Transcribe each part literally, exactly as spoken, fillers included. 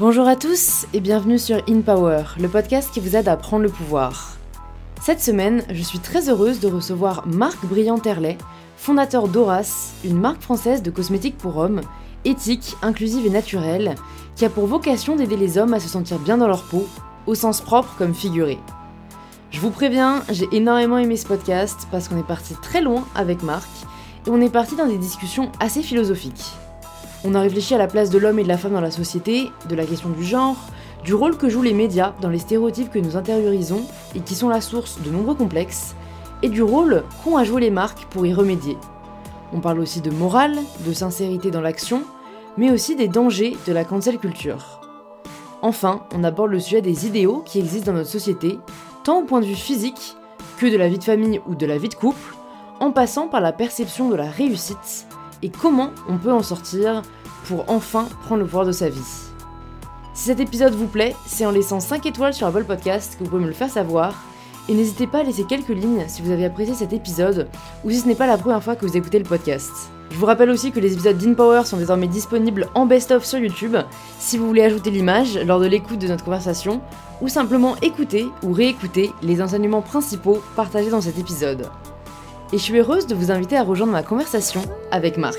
Bonjour à tous et bienvenue sur In Power, le podcast qui vous aide à prendre le pouvoir. Cette semaine, je suis très heureuse de recevoir Marc Briand-Terlet, fondateur d'Horace, une marque française de cosmétiques pour hommes, éthique, inclusive et naturelle, qui a pour vocation d'aider les hommes à se sentir bien dans leur peau, au sens propre comme figuré. Je vous préviens, j'ai énormément aimé ce podcast parce qu'on est parti très loin avec Marc et on est parti dans des discussions assez philosophiques. On a réfléchi à la place de l'homme et de la femme dans la société, de la question du genre, du rôle que jouent les médias dans les stéréotypes que nous intériorisons et qui sont la source de nombreux complexes, et du rôle qu'ont à jouer les marques pour y remédier. On parle aussi de morale, de sincérité dans l'action, mais aussi des dangers de la cancel culture. Enfin, on aborde le sujet des idéaux qui existent dans notre société, tant au point de vue physique que de la vie de famille ou de la vie de couple, en passant par la perception de la réussite et comment on peut en sortir pour enfin prendre le pouvoir de sa vie. Si cet épisode vous plaît, c'est en laissant cinq étoiles sur Apple Podcast que vous pouvez me le faire savoir, et n'hésitez pas à laisser quelques lignes si vous avez apprécié cet épisode ou si ce n'est pas la première fois que vous écoutez le podcast. Je vous rappelle aussi que les épisodes d'In Power sont désormais disponibles en best-of sur YouTube si vous voulez ajouter l'image lors de l'écoute de notre conversation ou simplement écouter ou réécouter les enseignements principaux partagés dans cet épisode. Et je suis heureuse de vous inviter à rejoindre ma conversation avec Marc.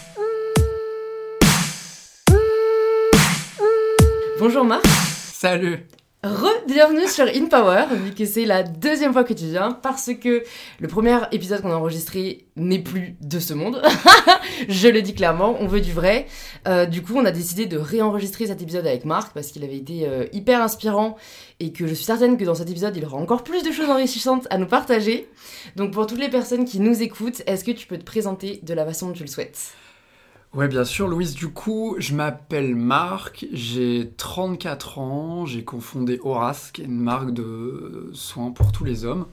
Bonjour Marc. Salut. Re-bienvenue sur In Power, vu que c'est la deuxième fois que tu viens, parce que le premier épisode qu'on a enregistré n'est plus de ce monde. Je le dis clairement, on veut du vrai. Euh, du coup, on a décidé de réenregistrer cet épisode avec Marc, parce qu'il avait été euh, hyper inspirant, et que je suis certaine que dans cet épisode, il aura encore plus de choses enrichissantes à nous partager. Donc pour toutes les personnes qui nous écoutent, est-ce que tu peux te présenter de la façon dont tu le souhaites ? Ouais, bien sûr, Louise. Du coup, je m'appelle Marc, j'ai trente-quatre ans, j'ai cofondé Horace, qui est une marque de soins pour tous les hommes.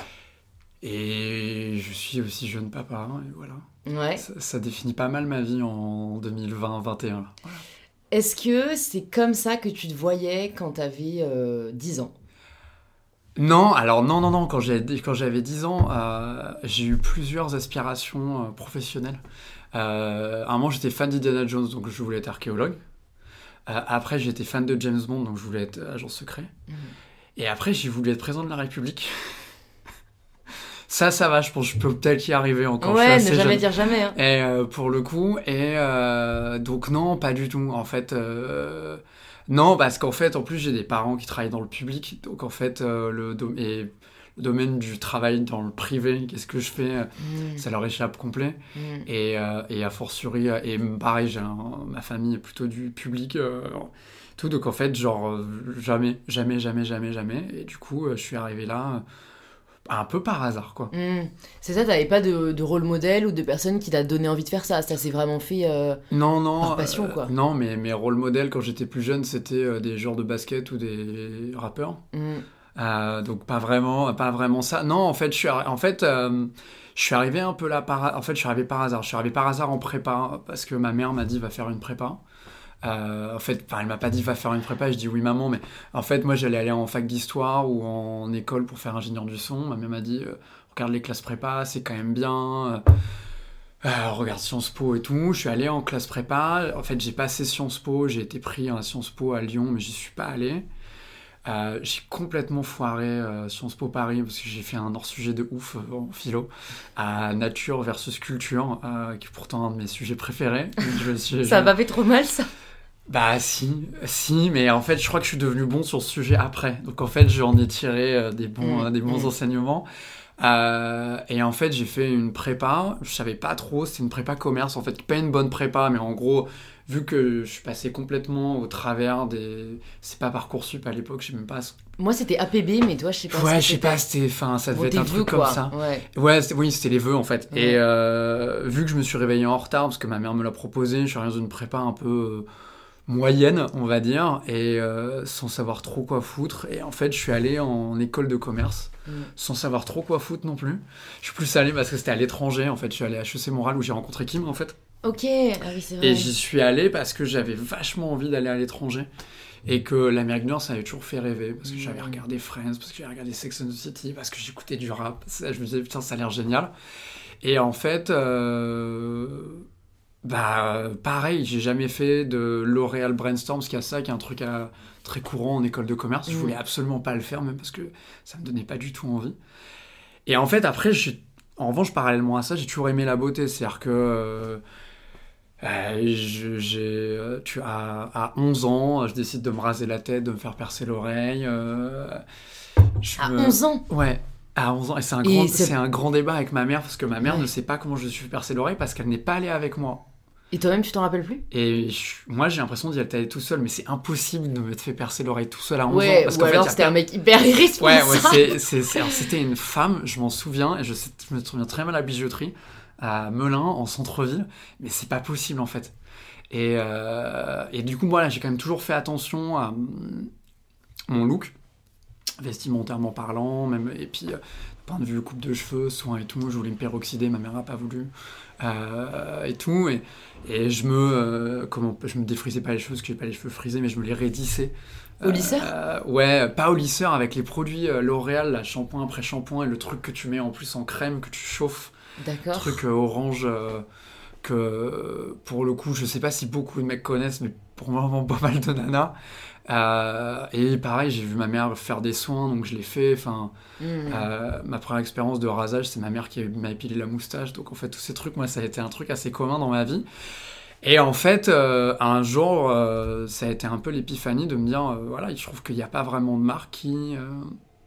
Et je suis aussi jeune papa, et voilà. Ouais. Ça, ça définit pas mal ma vie en deux mille vingt vingt et un. Voilà. Est-ce que c'est comme ça que tu te voyais quand t'avais euh, dix ans ? Non, alors non, non, non, quand j'avais, quand j'avais dix ans, euh, j'ai eu plusieurs aspirations euh, professionnelles. Euh, à un moment, j'étais fan d'Indiana Jones, donc je voulais être archéologue. Euh, après, j'étais fan de James Bond, donc je voulais être agent secret. Mmh. Et après, j'ai voulu être président de la République. ça, ça va, je pense que je peux peut-être y arriver encore. Ouais, ne jamais jeune. dire jamais. Hein. Et euh, pour le coup, et euh, donc non, pas du tout. En fait, euh, non, parce qu'en fait, en plus, j'ai des parents qui travaillent dans le public, donc en fait, euh, le dom- et le domaine du travail dans le privé, qu'est-ce que je fais, mmh. ça leur échappe complet. Mmh. Et, euh, et a fortiori, et pareil, j'ai un, ma famille est plutôt du public, euh, tout, donc en fait, genre, euh, jamais, jamais, jamais, jamais, jamais. Et du coup, euh, je suis arrivé là, euh, un peu par hasard, quoi. Mmh. C'est ça, t'avais pas de, de rôle modèle ou de personne qui t'a donné envie de faire ça, ça s'est vraiment fait euh, non, non, par passion, euh, quoi. Non, mais mes rôles modèles, quand j'étais plus jeune, c'était euh, des joueurs de basket ou des rappeurs. Mmh. Euh, donc pas vraiment, pas vraiment ça. Non, en fait, je suis, arri- en fait, euh, je suis arrivé un peu là par, en fait, je suis arrivé par hasard. Je suis arrivé par hasard en prépa parce que ma mère m'a dit va faire une prépa. Euh, en fait, enfin, elle m'a pas dit va faire une prépa. Je dis oui maman, mais en fait, moi, j'allais aller en fac d'histoire ou en école pour faire ingénieur du son. Ma mère m'a dit euh, regarde les classes prépa, c'est quand même bien. Euh, regarde Sciences Po et tout. Je suis allé en classe prépa. En fait, j'ai passé Sciences Po. J'ai été pris à Sciences Po à Lyon, mais j'y suis pas allé. Euh, j'ai complètement foiré euh, Sciences Po Paris parce que j'ai fait un hors-sujet de ouf euh, en philo à nature versus culture, euh, qui est pourtant un de mes sujets préférés. Je, je, ça je... m'a fait trop mal, ça. Bah si, si, mais en fait je crois que je suis devenu bon sur ce sujet après. Donc en fait j'en ai tiré euh, des bons, mmh, euh, des bons mmh. enseignements. Euh, et en fait j'ai fait une prépa, je savais pas trop, c'était une prépa commerce en fait, pas une bonne prépa, mais en gros vu que je suis passé complètement au travers des... C'est pas Parcoursup à l'époque, je sais même pas... Moi, c'était A P B, mais toi, je sais pas... Ouais, je sais pas, c'était... Enfin, ça devait bon, être un truc vœux, comme quoi. ça. Ouais, ouais c'était... oui, c'était les vœux, en fait. Ouais. Et euh, vu que je me suis réveillé en retard, parce que ma mère me l'a proposé, je suis arrivé dans une prépa un peu euh, moyenne, on va dire, et euh, sans savoir trop quoi foutre. Et en fait, je suis allé en école de commerce, mm. sans savoir trop quoi foutre non plus. Je suis plus allé parce que c'était à l'étranger, en fait. Je suis allé à H E C Montréal, où j'ai rencontré Kim, en fait. Ok, ah oui, c'est vrai. Et j'y suis allé parce que j'avais vachement envie d'aller à l'étranger et que l'Amérique du Nord, ça m'avait toujours fait rêver parce que j'avais regardé Friends, parce que j'avais regardé Sex and the City, parce que j'écoutais du rap. Ça, je me disais, putain, ça a l'air génial. Et en fait, euh, Bah, pareil, j'ai jamais fait de L'Oréal Brainstorm, parce qu'il y a ça, qui est un truc à, très courant en école de commerce. Mmh. Je voulais absolument pas le faire, même parce que ça me donnait pas du tout envie. Et en fait, après, j'ai, en revanche, parallèlement à ça, j'ai toujours aimé la beauté. C'est-à-dire que euh, euh, je, j'ai, euh, tu, à, à onze ans, je décide de me raser la tête, de me faire percer l'oreille. Euh, je à me... onze ans Ouais. À onze ans, et c'est un, et grand, c'est... c'est un grand débat avec ma mère, parce que ma mère ouais. ne sait pas comment je me suis fait percer l'oreille, parce qu'elle n'est pas allée avec moi. Et toi-même, tu t'en rappelles plus ? Et je, moi, j'ai l'impression d'y être allé tout seul, mais c'est impossible de me faire percer l'oreille tout seul à onze ouais, ans. Parce ou qu'en alors fait, c'était a... un mec hyper irresponsable. Ouais, ouais, c'est, c'est, c'est, alors, c'était une femme, je m'en souviens, et je, sais, je me souviens très mal à la bijouterie, à Melun, en centre-ville, mais c'est pas possible, en fait. Et, euh, et du coup, voilà, j'ai quand même toujours fait attention à mon look, vestimentairement parlant, même, et puis... point de vue coupe de cheveux, soins et tout, je voulais me peroxyder, ma mère n'a pas voulu, euh, et tout, et, et je me, euh, comment, je me défrisais pas les cheveux, parce que j'ai pas les cheveux frisés, mais je me les raidissais. Au lisseur ? euh, Ouais, pas au lisseur, avec les produits euh, L'Oréal, là, shampoing après shampoing, et le truc que tu mets en plus en crème, que tu chauffes, d'accord. truc euh, orange, euh, que pour le coup, je sais pas si beaucoup de mecs connaissent, mais pour moi, vraiment pas mal de nanas. Euh, et pareil, j'ai vu ma mère faire des soins, donc je l'ai fait. Enfin, mmh. euh, ma première expérience de rasage, c'est ma mère qui m'a épilé la moustache. Donc en fait, tous ces trucs, moi, ça a été un truc assez commun dans ma vie. Et en fait, euh, un jour, euh, ça a été un peu l'épiphanie de me dire, euh, voilà, je trouve qu'il n'y a pas vraiment de marque qui euh,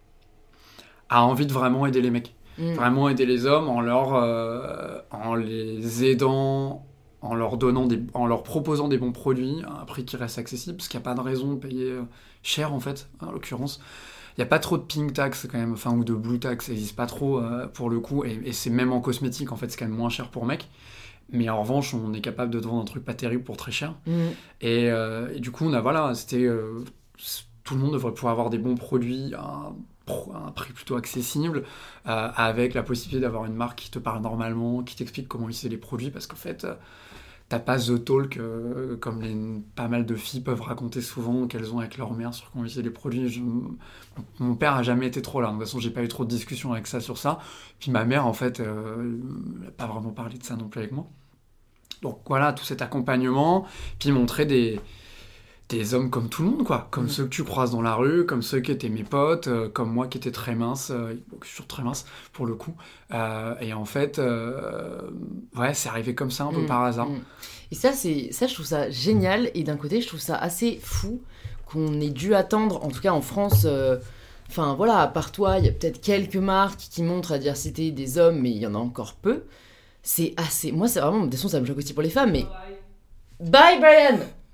a envie de vraiment aider les mecs, mmh. vraiment aider les hommes en leur, euh, en les aidant. En leur, donnant des, en leur proposant des bons produits à un prix qui reste accessible, parce qu'il n'y a pas de raison de payer cher, en fait, en l'occurrence. Il n'y a pas trop de pink tax, quand même, enfin, ou de blue tax, ça n'existe pas trop, euh, pour le coup, et, et c'est même en cosmétique, en fait, c'est quand même moins cher pour mec. Mais en revanche, on est capable de te vendre un truc pas terrible pour très cher. Mmh. Et, euh, et du coup, on a, voilà, c'était... Euh, tout le monde devrait pouvoir avoir des bons produits à un, un prix plutôt accessible, euh, avec la possibilité d'avoir une marque qui te parle normalement, qui t'explique comment utiliser les produits, parce qu'en fait... Euh, t'as pas The Talk, euh, comme les, pas mal de filles peuvent raconter souvent qu'elles ont avec leur mère sur comment utiliser les produits. Je, mon père a jamais été trop là. De toute façon, j'ai pas eu trop de discussions avec ça sur ça. Puis ma mère, en fait, euh, n'a pas vraiment parlé de ça non plus avec moi. Donc voilà, tout cet accompagnement. Puis montrer des, des hommes comme tout le monde, quoi. Comme mmh. ceux que tu croises dans la rue, comme ceux qui étaient mes potes, euh, comme moi qui étais très mince. Euh, je suis toujours très mince, pour le coup. Euh, et en fait, euh, ouais, c'est arrivé comme ça, un peu mmh. par hasard. Mmh. Et ça, c'est, ça, je trouve ça génial. Et d'un côté, je trouve ça assez fou qu'on ait dû attendre, en tout cas en France... Enfin, euh, voilà, à part toi, il y a peut-être quelques marques qui montrent la diversité des hommes, mais il y en a encore peu. C'est assez... Moi, c'est vraiment... De toute façon, ça me choque aussi pour les femmes, mais... Bye, Brian.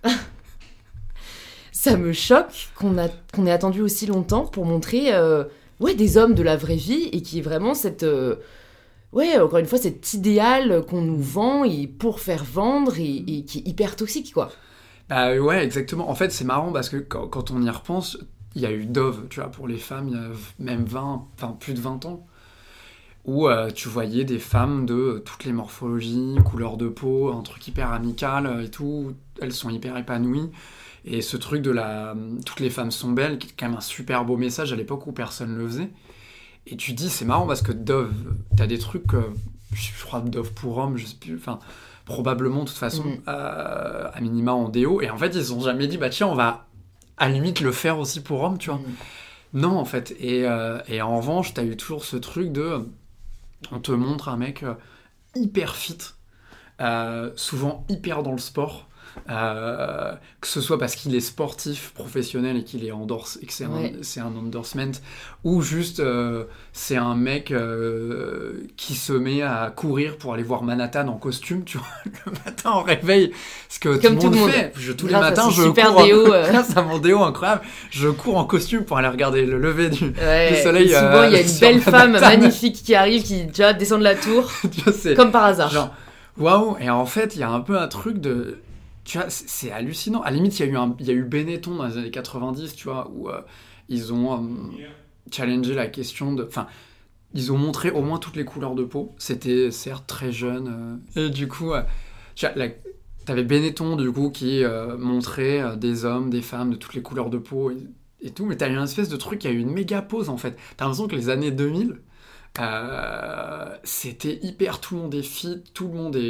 Ça me choque qu'on, a, qu'on ait attendu aussi longtemps pour montrer euh, ouais, des hommes de la vraie vie et qui est vraiment cette... Euh, ouais, encore une fois, cet idéal qu'on nous vend et pour faire vendre et, et qui est hyper toxique, quoi. Bah ouais, exactement. En fait, c'est marrant parce que quand, quand on y repense, il y a eu Dove, tu vois, pour les femmes, il y a même vingt, enfin plus de vingt ans, où euh, tu voyais des femmes de euh, toutes les morphologies, couleurs de peau, un truc hyper amical et tout, elles sont hyper épanouies. Et ce truc de la... Toutes les femmes sont belles, qui est quand même un super beau message à l'époque où personne ne le faisait. Et tu te dis, c'est marrant parce que Dove, t'as des trucs, euh, je crois Dove pour homme, je sais plus, enfin, probablement de toute façon, mmh. euh, à minima en déo. Et en fait, ils ont jamais dit, bah tiens, on va à la limite le faire aussi pour homme, tu vois. Mmh. Non, en fait. Et, euh, et en revanche, t'as eu toujours ce truc de... On te montre un mec euh, hyper fit, euh, souvent hyper dans le sport. Euh, que ce soit parce qu'il est sportif professionnel et qu'il est endorse et que c'est, ouais. un, c'est un endorsement, ou juste euh, c'est un mec euh, qui se met à courir pour aller voir Manhattan en costume, tu vois, le matin au réveil, ce que Comme tout le monde, monde fait. Je, tous grâce les matins, je super cours déo, en... euh... grâce à mon déo incroyable, je cours en costume pour aller regarder le lever du, ouais, du soleil. Souvent, il euh, y a une belle femme magnifique qui arrive, qui tu vois, descend de la tour, tu vois, c'est, comme par hasard. Genre, waouh. Et en fait, il y a un peu un truc de... Tu vois, c'est, c'est hallucinant. À la limite, il y a eu un, il y a eu Benetton dans les années quatre-vingt-dix, tu vois, où euh, ils ont euh, challengé la question de... Enfin, ils ont montré au moins toutes les couleurs de peau. C'était, certes, très jeune. Euh, et du coup, euh, tu vois, la, t'avais Benetton, du coup, qui euh, montrait euh, des hommes, des femmes, de toutes les couleurs de peau et, et tout. Mais t'as eu une espèce de truc, il y a eu une méga pause, en fait. T'as l'impression que les années deux mille, euh, c'était hyper... Tout le monde est fit, tout le monde est...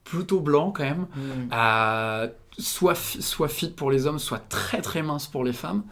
plutôt blanc quand même, Mm. euh, soit, fi- soit fit pour les hommes, soit très très mince pour les femmes.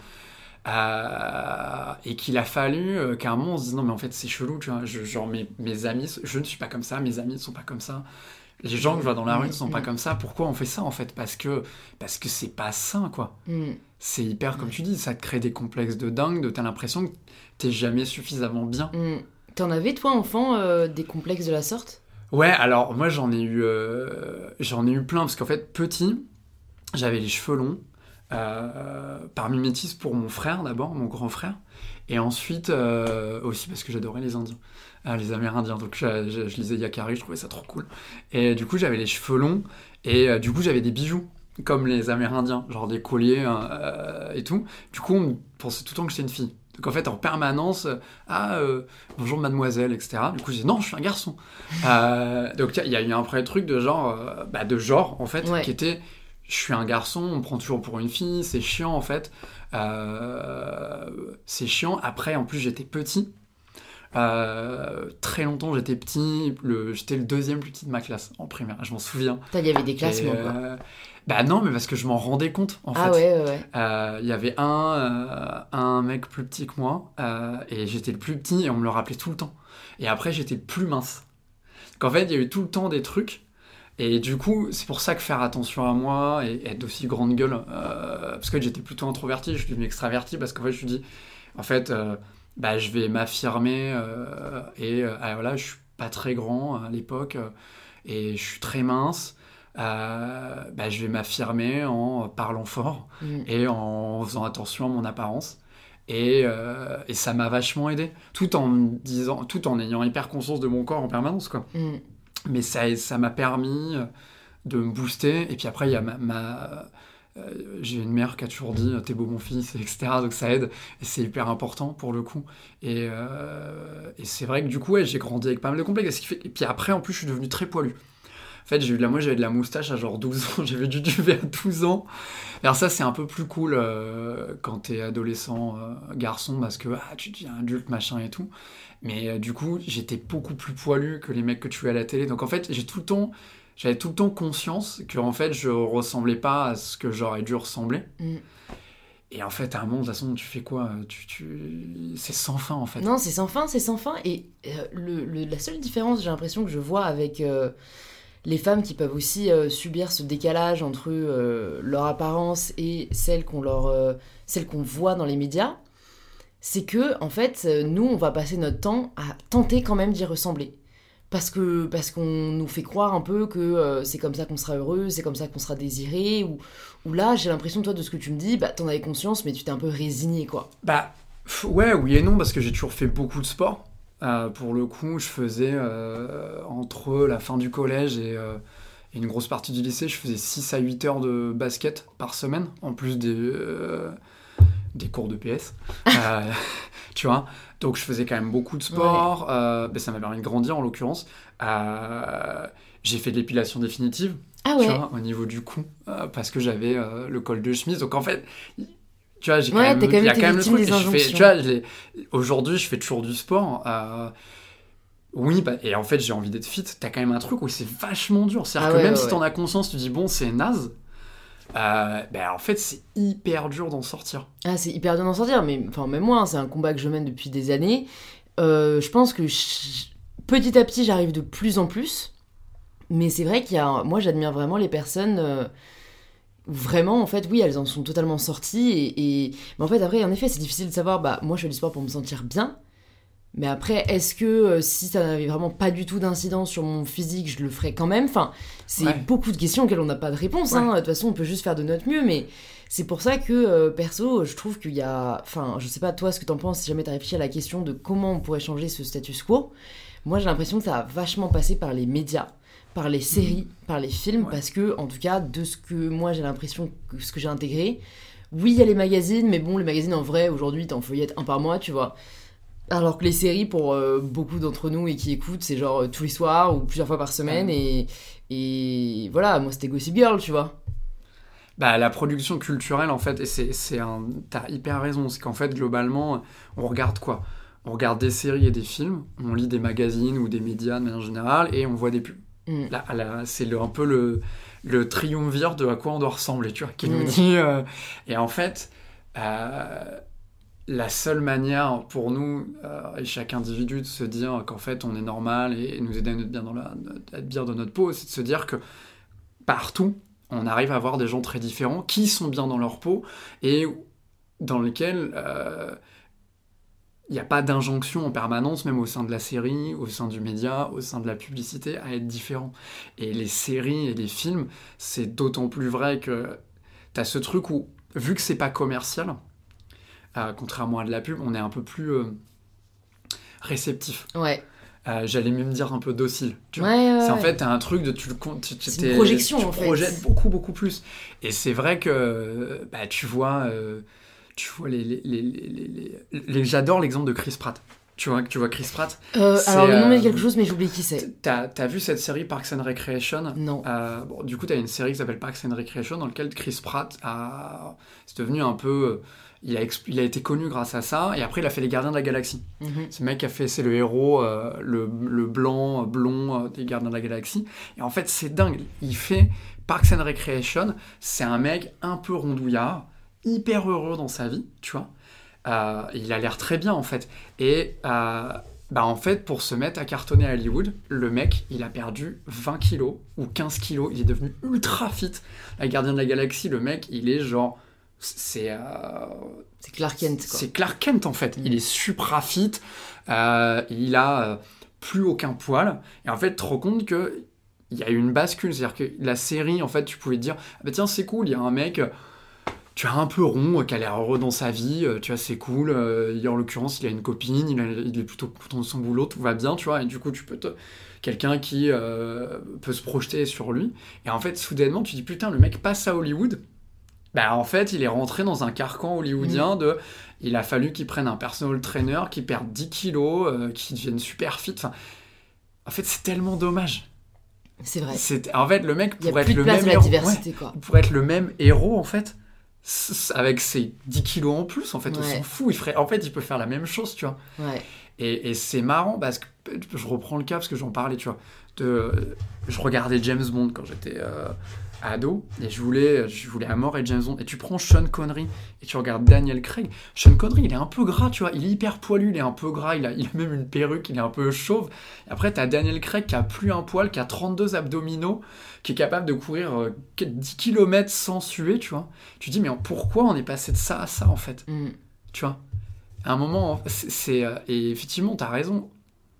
Euh, et qu'il a fallu euh, qu'à un moment on se dise non mais en fait c'est chelou, tu vois, je, genre mes, mes amis, je ne suis pas comme ça, mes amis ne sont pas comme ça, les gens que je vois dans la rue ne sont pas Mm. comme ça, pourquoi on fait ça en fait? Parce que parce que c'est pas sain quoi. Mm. C'est hyper, comme tu dis, ça te crée des complexes de dingue, de t'as l'impression que t'es jamais suffisamment bien. Mm. T'en avais, toi, enfant, euh, des complexes de la sorte? Ouais, alors moi j'en ai eu, euh, j'en ai eu plein parce qu'en fait petit, j'avais les cheveux longs, euh, par mimétisme pour mon frère d'abord, mon grand frère, et ensuite euh, aussi parce que j'adorais les Indiens, euh, les Amérindiens. Donc je, je, je lisais Yakari, je trouvais ça trop cool. Et du coup j'avais les cheveux longs et euh, du coup j'avais des bijoux comme les Amérindiens, genre des colliers euh, et tout. Du coup on pensait tout le temps que j'étais une fille. Donc en fait, en permanence, euh, ah, euh, bonjour mademoiselle, et cetera. Du coup, je disais, non, je suis un garçon. euh, donc il y a eu un vrai truc de genre, euh, bah, de genre, en fait, Ouais. qui était, je suis un garçon, on me prend toujours pour une fille, c'est chiant, en fait. Euh, c'est chiant. Après, en plus, j'étais petit. Euh, très longtemps, j'étais petit. Le, j'étais le deuxième plus petit de ma classe, en primaire, je m'en souviens. Putain, il y avait des classements, Et, quoi. euh, Bah non, mais parce que je m'en rendais compte, en Ah fait. ouais, ouais, ouais. Il euh, y avait un, euh, un mec plus petit que moi, euh, et j'étais le plus petit, et on me le rappelait tout le temps. Et après, j'étais le plus mince. Donc en fait, il y a eu tout le temps des trucs, et du coup, c'est pour ça que faire attention à moi, et être aussi grande gueule, euh, parce que j'étais plutôt introverti, je suis devenu extraverti, parce qu'en fait, je me suis dit, en fait, euh, bah, je vais m'affirmer, euh, et euh, ah, voilà, je suis pas très grand à l'époque, euh, et je suis très mince. Euh, bah, je vais m'affirmer en parlant fort Mm. et en faisant attention à mon apparence. Et, euh, et ça m'a vachement aidé, tout en me disant, tout en ayant hyper conscience de mon corps en permanence, quoi. Mm. Mais ça, ça m'a permis de me booster. Et puis après, il y a ma, ma euh, j'ai une mère qui a toujours dit t'es beau mon fils, et cetera. Donc ça aide et c'est hyper important pour le coup. Et, euh, et c'est vrai que du coup, ouais, j'ai grandi avec pas mal de complexes. Ce qui fait... Et puis après, en plus, je suis devenu très poilu. En fait, j'ai eu de la, moi, j'avais de la moustache à genre douze ans, j'avais du duvet à douze ans. Alors ça, c'est un peu plus cool euh, quand t'es adolescent, euh, garçon, parce que ah, tu deviens adulte, machin et tout. Mais euh, du coup, j'étais beaucoup plus poilu que les mecs que tu vois à la télé. Donc en fait, j'ai tout le temps, j'avais tout le temps conscience que en fait, je ressemblais pas à ce que j'aurais dû ressembler. Mm. Et en fait, à un moment, de toute façon, tu fais quoi tu, tu... C'est sans fin, en fait. Non, c'est sans fin, c'est sans fin. Et euh, le, le- la seule différence, j'ai l'impression que je vois avec euh, les femmes qui peuvent aussi euh, subir ce décalage entre euh, leur apparence et celle qu'on leur, euh, celle qu'on voit dans les médias, c'est que en fait, euh, nous, on va passer notre temps à tenter quand même d'y ressembler. Parce que parce qu'on nous fait croire un peu que euh, c'est comme ça qu'on sera heureux, c'est comme ça qu'on sera désiré, ou, ou là, j'ai l'impression, toi, de ce que tu me dis, bah, t'en avais conscience, mais tu t'es un peu résigné, quoi. Bah, pff, ouais, oui et non, parce que j'ai toujours fait beaucoup de sport. Euh, pour le coup, je faisais, euh, entre la fin du collège et, euh, et une grosse partie du lycée, je faisais six à huit heures de basket par semaine, en plus des, euh, des cours de P S. Euh, tu vois, donc je faisais quand même beaucoup de sport. Ouais. Euh, ben, ça m'a permis de grandir, en l'occurrence. Euh, j'ai fait de l'épilation définitive, ah ouais. tu vois, au niveau du cou, euh, parce que j'avais euh, le col de chemise. Donc en fait... Tu vois, j'ai ouais, quand même, il y a quand même le truc. Des Je fais, tu vois, je aujourd'hui, je fais toujours du sport. Euh, oui, bah, et en fait, j'ai envie d'être fit. T'as quand même un truc où c'est vachement dur. C'est-à-dire ah que ouais, même ouais, si ouais. t'en as conscience, tu dis bon, c'est naze. Euh, ben en fait, c'est hyper dur d'en sortir. Ah, c'est hyper dur d'en sortir, mais enfin même moi, hein, c'est un combat que je mène depuis des années. Euh, je pense que je, petit à petit, j'arrive de plus en plus. Mais c'est vrai qu'il y a, moi, j'admire vraiment les personnes. Euh, Vraiment, en fait, oui, elles en sont totalement sorties. Et, et... Mais en fait, après, en effet, c'est difficile de savoir, bah, moi, je fais du sport pour me sentir bien. Mais après, est-ce que euh, si ça n'avait vraiment pas du tout d'incidence sur mon physique, je le ferais quand même? Enfin, c'est ouais. beaucoup de questions auxquelles on n'a pas de réponse. Hein. Ouais. De toute façon, on peut juste faire de notre mieux. Mais c'est pour ça que, euh, perso, je trouve qu'il y a... Enfin, je sais pas, toi, ce que t'en penses, si jamais t'as réfléchi à la question de comment on pourrait changer ce status quo. Moi, j'ai l'impression que ça a vachement passé par les médias, par les séries, mmh. par les films, ouais. parce que, en tout cas, de ce que moi j'ai l'impression que ce que j'ai intégré, oui, il y a les magazines, mais bon, les magazines en vrai, aujourd'hui, t'en feuillettes un par mois, tu vois. Alors que les séries, pour euh, beaucoup d'entre nous et qui écoutent, c'est genre euh, tous les soirs ou plusieurs fois par semaine, mmh. et, et voilà, moi c'était Gossip Girl, tu vois. Bah, la production culturelle, en fait, et c'est, c'est un... t'as hyper raison, c'est qu'en fait, globalement, on regarde quoi ? On regarde des séries et des films, on lit des magazines ou des médias de manière générale, et on voit des pubs. Mm. Là, là, c'est le, un peu le, le triumvirat de à quoi on doit ressembler, tu vois, qui Mm. nous dit... Euh, et en fait, euh, la seule manière pour nous, euh, et chaque individu, de se dire qu'en fait, on est normal et, et nous aider à être bien dans, la, à être bien dans notre peau, c'est de se dire que partout, on arrive à voir des gens très différents qui sont bien dans leur peau et dans lesquels... Euh, il n'y a pas d'injonction en permanence, même au sein de la série, au sein du média, au sein de la publicité, à être différent. Et les séries et les films, c'est d'autant plus vrai que tu as ce truc où, vu que c'est pas commercial, euh, contrairement à de la pub, on est un peu plus euh, réceptif. Ouais. Euh, j'allais même dire un peu docile. Tu vois. Ouais, ouais, c'est en ouais. fait, t'as un truc de tu le comptes, tu, tu, c'est une projection tu en fait. projettes beaucoup beaucoup plus. Et c'est vrai que bah, tu vois. Euh, Tu vois, les, les, les, les, les, les... j'adore l'exemple de Chris Pratt. Tu vois, tu vois Chris Pratt. Euh, alors, le nom euh, me dit quelque chose, mais j'oublie qui c'est. T'as, t'as vu cette série Parks and Recreation ? Non. Euh, bon, du coup, t'as une série qui s'appelle Parks and Recreation dans laquelle Chris Pratt a... c'est devenu un peu... Il a, exp... il a été connu grâce à ça, et après, il a fait Les Gardiens de la Galaxie. Mm-hmm. Ce mec a fait... C'est le héros, euh, le, le blanc, blond euh, des Gardiens de la Galaxie. Et en fait, c'est dingue. Il fait Parks and Recreation. C'est un mec un peu rondouillard, hyper heureux dans sa vie, tu vois. Euh, il a l'air très bien, en fait. Et euh, bah, en fait, pour se mettre à cartonner à Hollywood, le mec, il a perdu vingt kilos ou quinze kilos. Il est devenu ultra fit. La Gardien de la Galaxie, le mec, il est genre... C'est, euh, c'est Clark Kent, quoi. C'est Clark Kent, en fait. Mm. Il est supra fit. Euh, il a euh, plus aucun poil. Et en fait, tu te rends compte que il y a eu une bascule. C'est-à-dire que la série, en fait, tu pouvais te dire, ah bah tiens, c'est cool, il y a un mec... Tu as un peu rond, qui a l'air heureux dans sa vie, tu vois, c'est cool. Euh, en l'occurrence, il a une copine, il, a, il est plutôt content de son boulot, tout va bien, tu vois. Et du coup, tu peux te... quelqu'un qui euh, peut se projeter sur lui. Et en fait, soudainement, tu dis, putain, le mec passe à Hollywood. Bah, en fait, il est rentré dans un carcan hollywoodien de... Il a fallu qu'il prenne un personal trainer, qu'il perde dix kilos, euh, qu'il devienne super fit. Enfin, en fait, c'est tellement dommage. C'est vrai. C'est... En fait, le mec il pourrait être le même héros. La diversité, ouais, quoi. Il pourrait être le même héros, en fait. Avec ses dix kilos en plus, en fait, on ouais. s'en fout. Il ferait... En fait, il peut faire la même chose, tu vois. Ouais. Et, et c'est marrant parce que je reprends le cas parce que j'en parlais, tu vois. De... Je regardais James Bond quand j'étais euh, ado et je voulais, je voulais à mort être James Bond. Et tu prends Sean Connery et tu regardes Daniel Craig. Sean Connery, il est un peu gras, tu vois. Il est hyper poilu, il est un peu gras, il a, il a même une perruque, il est un peu chauve. Et après, t'as Daniel Craig qui a plus un poil, qui a trente-deux abdominaux, qui est capable de courir euh, dix kilomètres sans suer, tu vois. Tu te dis, mais pourquoi on est passé de ça à ça, en fait mm. Tu vois. À un moment, c'est, c'est euh, et effectivement, t'as raison.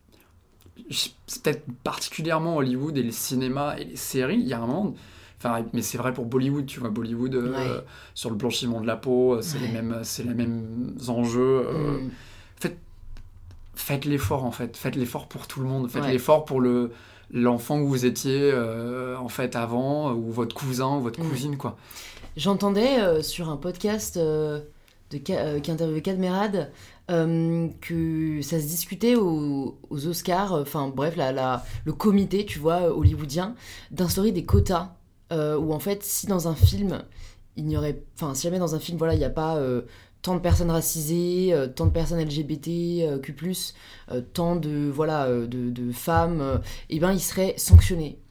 C'est peut-être particulièrement Hollywood et le cinéma et les séries, il y a un moment... Enfin, mais c'est vrai pour Bollywood, tu vois. Bollywood, euh, ouais. sur le blanchiment de la peau, c'est, ouais. les, mêmes, c'est les mêmes enjeux. Euh, mm. faites, faites l'effort, en fait. Faites l'effort pour tout le monde. Faites ouais. l'effort pour le, l'enfant que vous étiez, euh, en fait, avant, ou votre cousin, ou votre mm. cousine, quoi. J'entendais euh, sur un podcast... Euh... De, euh, qui interviewait Cadmerade, euh, que ça se discutait aux, aux Oscars, enfin euh, bref, la, la, le comité, tu vois, hollywoodien, d'instaurer des quotas, euh, où en fait, si dans un film, il n'y aurait, enfin, si jamais dans un film, voilà, il n'y a pas euh, tant de personnes racisées, euh, tant de personnes L G B T Q plus, euh, tant de, voilà, euh, de, de femmes, euh, et ben, il serait sanctionné.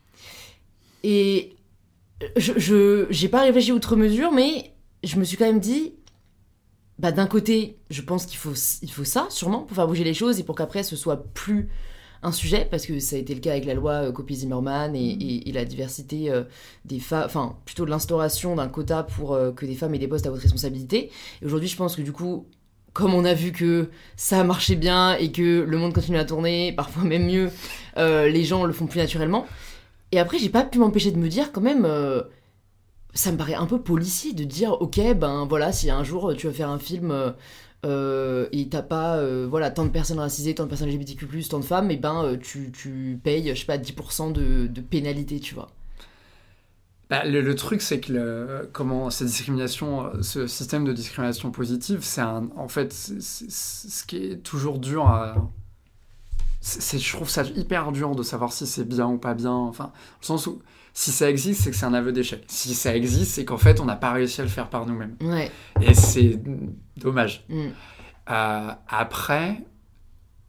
Et je, je, j'ai pas réfléchi outre mesure, mais je me suis quand même dit, bah, d'un côté, je pense qu'il faut, il faut ça, sûrement, pour faire bouger les choses et pour qu'après, ce soit plus un sujet, parce que ça a été le cas avec la loi euh, Copy-Zimmerman et, mmh. et, et la diversité euh, des femmes, enfin, plutôt de l'instauration d'un quota pour euh, que des femmes aient des postes à votre responsabilité. Et aujourd'hui, je pense que du coup, comme on a vu que ça marchait bien et que le monde continue à tourner, parfois même mieux, euh, les gens le font plus naturellement. Et après, j'ai pas pu m'empêcher de me dire quand même... Euh, ça me paraît un peu policier de dire ok ben voilà si un jour tu vas faire un film euh, et t'as pas euh, voilà tant de personnes racisées, tant de personnes L G B T Q plus, tant de femmes, et ben euh, tu, tu payes je sais pas dix pour cent de, de pénalité, tu vois. Bah, le, le truc c'est que le, comment cette discrimination, ce système de discrimination positive, c'est un, en fait c'est, c'est, c'est, ce qui est toujours dur à c'est, c'est, je trouve ça hyper dur de savoir si c'est bien ou pas bien, enfin dans le sens où si ça existe, c'est que c'est un aveu d'échec. Si ça existe, c'est qu'en fait, on n'a pas réussi à le faire par nous-mêmes. Ouais. Et c'est dommage. Mm. Euh, après,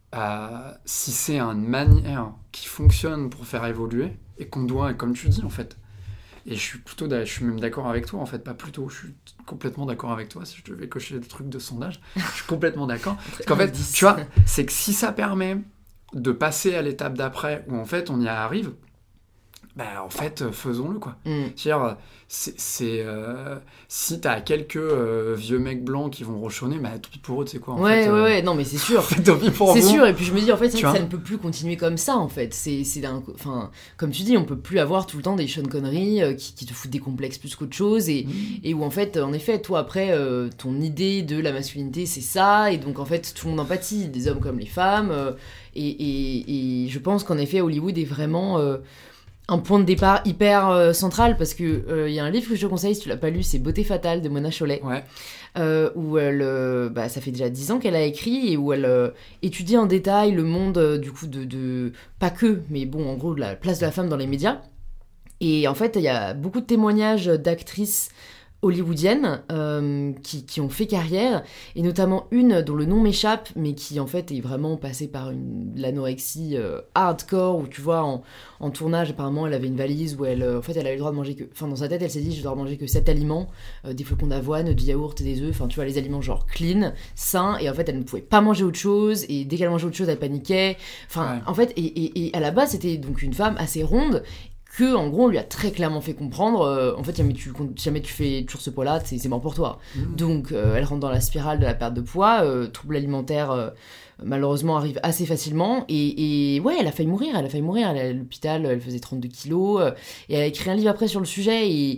euh, si c'est une manière qui fonctionne pour faire évoluer, et qu'on doit, comme tu dis, en fait. Et je suis plutôt, je suis même d'accord avec toi, en fait, pas plutôt, je suis complètement d'accord avec toi, si je devais cocher le truc de sondage, je suis complètement d'accord. Parce qu'en fait, tu vois, c'est que si ça permet de passer à l'étape d'après, où en fait, on y arrive, bah, en fait, faisons-le, quoi. Mm. C'est-à-dire, c'est, c'est, euh, si t'as quelques euh, vieux mecs blancs qui vont rochonner, bah, tant pis pour eux, tu sais quoi. En ouais, fait, ouais, euh, ouais, non, mais c'est sûr. tant pis pour c'est vous. sûr, et puis je me dis, en fait, Tu ça, vois ça ne peut plus continuer comme ça, en fait. C'est, c'est d'un... Enfin, comme tu dis, on peut plus avoir tout le temps des Sean Connery euh, qui, qui te foutent des complexes plus qu'autre chose, et, Mmh. et où, en fait, en effet, toi, après, euh, ton idée de la masculinité, c'est ça, et donc, en fait, tout le monde empathie, des hommes comme les femmes, euh, et, et, et je pense qu'en effet, Hollywood est vraiment... Euh, un point de départ hyper euh, central, parce que il euh, y a un livre que je te conseille si tu l'as pas lu, c'est Beauté fatale de Mona Chollet, Ouais. euh, où elle, euh, bah, ça fait déjà dix ans qu'elle a écrit, et où elle euh, étudie en détail le monde euh, du coup de, de pas que, mais bon, en gros, de la place de la femme dans les médias. Et en fait, il y a beaucoup de témoignages d'actrices hollywoodiennes euh, qui, qui ont fait carrière, et notamment une dont le nom m'échappe, mais qui en fait est vraiment passée par une, l'anorexie euh, hardcore, où tu vois, en, en tournage, apparemment, elle avait une valise où elle, euh, en fait, elle avait le droit de manger que... Enfin, dans sa tête, elle s'est dit, je dois manger que sept aliments, euh, des flocons d'avoine, du yaourt et des œufs, enfin, tu vois, les aliments genre clean, sains, et en fait, elle ne pouvait pas manger autre chose, et dès qu'elle mangeait autre chose, elle paniquait. Enfin, Ouais. en fait, et, et, et à la base, c'était donc une femme assez ronde, que en gros on lui a très clairement fait comprendre euh, en fait jamais tu, jamais tu fais toujours ce poids là c'est, c'est mort pour toi. Mmh. Donc euh, elle rentre dans la spirale de la perte de poids, euh, troubles alimentaires euh, malheureusement arrivent assez facilement, et, et ouais, elle a failli mourir elle a failli mourir elle est à l'hôpital, elle faisait trente-deux kilos, euh, et elle a écrit un livre après sur le sujet, et,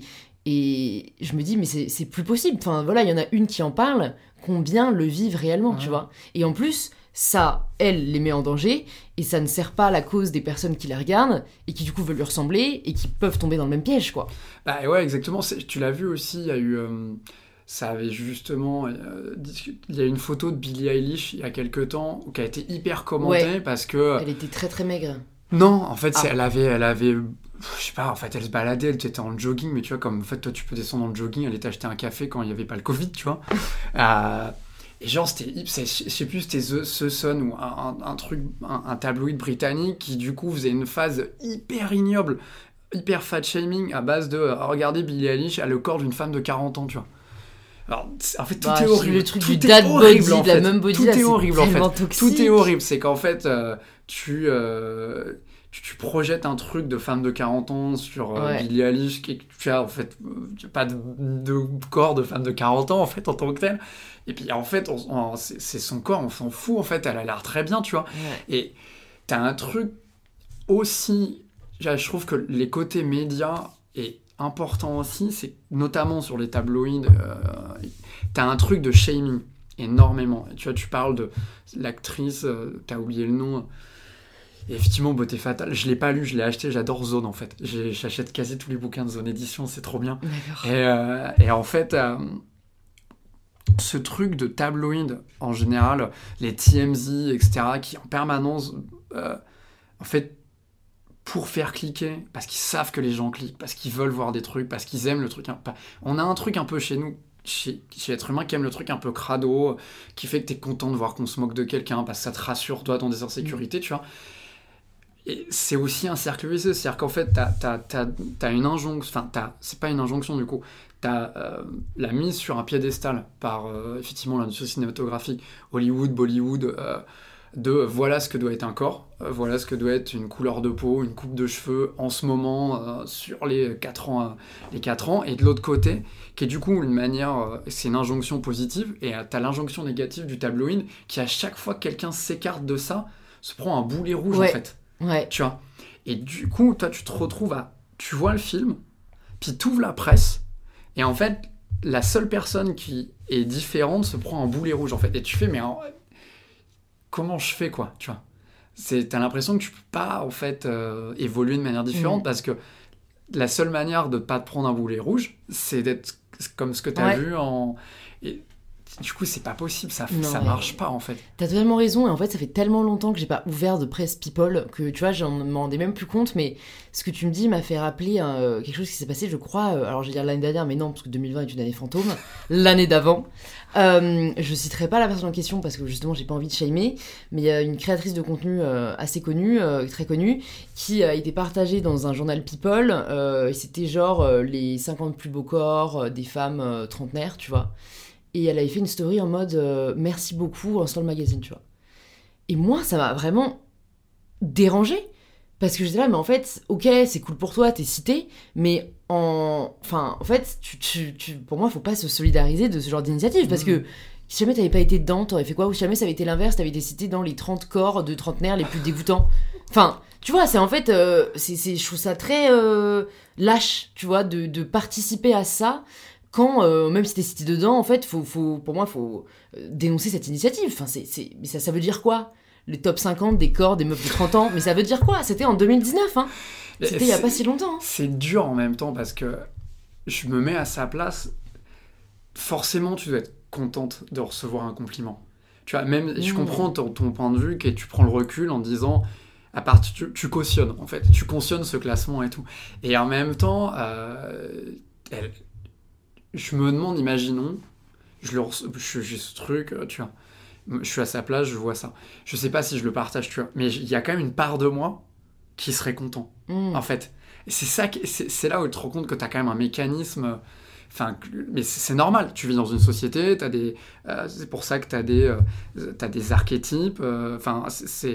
et je me dis mais c'est, c'est plus possible, enfin voilà, il y en a une qui en parle, combien le vivent réellement, ouais. Tu vois, et en plus ça, elle, les met en danger, et ça ne sert pas à la cause des personnes qui la regardent, et qui du coup veulent lui ressembler, et qui peuvent tomber dans le même piège, quoi. Bah ouais, exactement. C'est, tu l'as vu aussi, il y a eu... Euh, ça avait justement... Euh, il y a une photo de Billie Eilish, il y a quelques temps, qui a été hyper commentée, ouais. Parce que... Elle était très très maigre. Non, en fait, ah. c'est, elle avait... Elle avait je sais pas, en fait, elle se baladait, elle était en jogging, mais tu vois, comme en fait, toi, tu peux descendre en jogging, elle était acheter un café quand il n'y avait pas le Covid, tu vois. euh, Et genre, c'était, je sais plus, c'était The, The Sun ou un, un, un truc, un, un tabloïd britannique qui, du coup, faisait une phase hyper ignoble, hyper fat-shaming à base de euh, regardez, Billie Eilish a le corps d'une femme de quarante ans, tu vois. Alors, en fait, tout bah, est horrible. Le truc tout du dad horrible, body, en de la fait. même body, tout là, est horrible, en fait. Toxique. Tout est horrible. C'est qu'en fait, euh, tu, euh, tu, tu projettes un truc de femme de quarante ans sur euh, ouais. Billie Eilish, qui, tu as en fait, tu as pas de, de corps de femme de quarante ans, en fait, en tant que tel. Et puis, en fait, on, on, c'est, c'est son corps, on s'en fout, en fait. Elle a l'air très bien, tu vois. Ouais. Et t'as un truc aussi... Je trouve que les côtés médias est important aussi, c'est notamment sur les tabloïds, euh, t'as un truc de shaming, énormément. Et tu vois, tu parles de l'actrice, euh, t'as oublié le nom... Et effectivement, Beauté fatale, je l'ai pas lu, je l'ai acheté, j'adore Zone, en fait. J'ai, j'achète quasi tous les bouquins de Zone Édition, c'est trop bien. D'accord. Et, euh, et en fait... Euh, ce truc de tabloïd en général, les T M Z, et cetera, qui en permanence, euh, en fait, pour faire cliquer, parce qu'ils savent que les gens cliquent, parce qu'ils veulent voir des trucs, parce qu'ils aiment le truc. On a un truc un peu chez nous, chez, chez l'être humain, qui aime le truc un peu crado, qui fait que t'es content de voir qu'on se moque de quelqu'un, parce que ça te rassure, toi, dans des insécurités, tu vois. Et c'est aussi un cercle vicieux, c'est-à-dire qu'en fait, t'as, t'as, t'as, t'as une injonction, enfin, t'as, c'est pas une injonction du coup, t'as euh, la mise sur un piédestal par, euh, effectivement, l'industrie cinématographique, Hollywood, Bollywood, euh, de voilà ce que doit être un corps, euh, voilà ce que doit être une couleur de peau, une coupe de cheveux, en ce moment, euh, sur les quatre ans, euh, les quatre ans, et de l'autre côté, qui est du coup une manière, euh, c'est une injonction positive, et euh, t'as l'injonction négative du tabloïd, qui à chaque fois que quelqu'un s'écarte de ça, se prend un boulet rouge, ouais. en fait. Ouais. Tu vois. Et du coup, toi, tu te retrouves à... Tu vois le film, puis tu ouvres la presse, et en fait, la seule personne qui est différente se prend un boulet rouge, en fait. Et tu fais, mais en... comment je fais, quoi, tu vois. C'est... T'as l'impression que tu peux pas, en fait, euh, évoluer de manière différente, mmh. parce que la seule manière de pas te prendre un boulet rouge, c'est d'être comme ce que t'as ouais. vu en... Et... du coup, c'est pas possible, ça, Non, ça ouais. marche pas en fait. T'as totalement raison, et en fait, ça fait tellement longtemps que j'ai pas ouvert de presse People que tu vois, j'en me rendais même plus compte, mais ce que tu me dis m'a fait rappeler euh, quelque chose qui s'est passé, je crois, euh, alors je vais dire l'année dernière, mais non, parce que deux mille vingt est une année fantôme, l'année d'avant. Euh, je citerai pas la personne en question parce que justement, j'ai pas envie de shamer, mais il y a une créatrice de contenu euh, assez connue, euh, très connue, qui a été partagée dans un journal People, euh, et c'était genre euh, les cinquante plus beaux corps euh, des femmes euh, trentenaires, tu vois. Et elle avait fait une story en mode euh, merci beaucoup en sur le magazine, tu vois. Et moi, ça m'a vraiment dérangée. Parce que j'étais là, mais en fait, ok, c'est cool pour toi, t'es cité, mais en, enfin, en fait, tu, tu, tu... pour moi, faut pas se solidariser de ce genre d'initiative. Parce que si jamais t'avais pas été dedans, t'aurais fait quoi? Ou si jamais ça avait été l'inverse, t'avais été cité dans les trente corps de trentenaires les plus dégoûtants. Enfin, tu vois, c'est en fait, euh, c'est, c'est, je trouve ça très euh, lâche, tu vois, de, de participer à ça. Quand, euh, même si t'es cité dedans, en fait, faut, faut, pour moi, il faut euh, dénoncer cette initiative. Enfin, c'est, c'est, mais ça, ça veut dire quoi? Les top cinquante des corps des meufs de trente ans? Mais ça veut dire quoi? C'était en deux mille dix-neuf, hein. C'était il y a pas si longtemps. Hein. C'est dur en même temps parce que je me mets à sa place. Forcément, tu dois être contente de recevoir un compliment. Tu vois, même, mmh. je comprends ton, ton point de vue, que tu prends le recul en disant... À part, tu, tu cautionnes, en fait. Tu cautionnes ce classement et tout. Et en même temps... Euh, elle, je me demande, imaginons, je le reçois, j'ai ce truc, tu vois, je suis à sa place, je vois ça. Je sais pas si je le partage, tu vois, mais il y a quand même une part de moi qui serait content, mmh. en fait. Et c'est ça, qui, c'est, c'est là où tu te rends compte que t'as quand même un mécanisme, enfin, mais c'est, c'est normal. Tu vis dans une société, t'as des, euh, c'est pour ça que t'as des, euh, t'as des archétypes, enfin, euh, c'est, c'est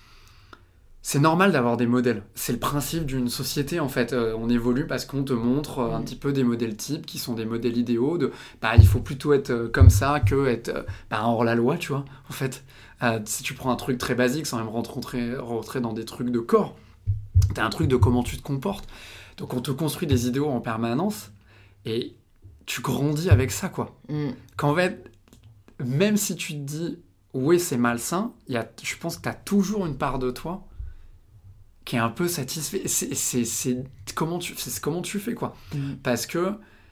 C'est normal d'avoir des modèles. C'est le principe d'une société, en fait. Euh, on évolue parce qu'on te montre euh, un petit peu des modèles types qui sont des modèles idéaux de bah, il faut plutôt être euh, comme ça que être euh, bah, hors la loi, tu vois, en fait. Euh, si tu prends un truc très basique sans même rentrer, rentrer dans des trucs de corps, t'as un truc de comment tu te comportes. Donc on te construit des idéaux en permanence et tu grandis avec ça, quoi. Mm. Qu'en fait, même si tu te dis oui, c'est malsain, y a, je pense que t'as toujours une part de toi qui est un peu satisfait. C'est, c'est, c'est, comment, tu, c'est comment tu fais, quoi. Mmh. Parce que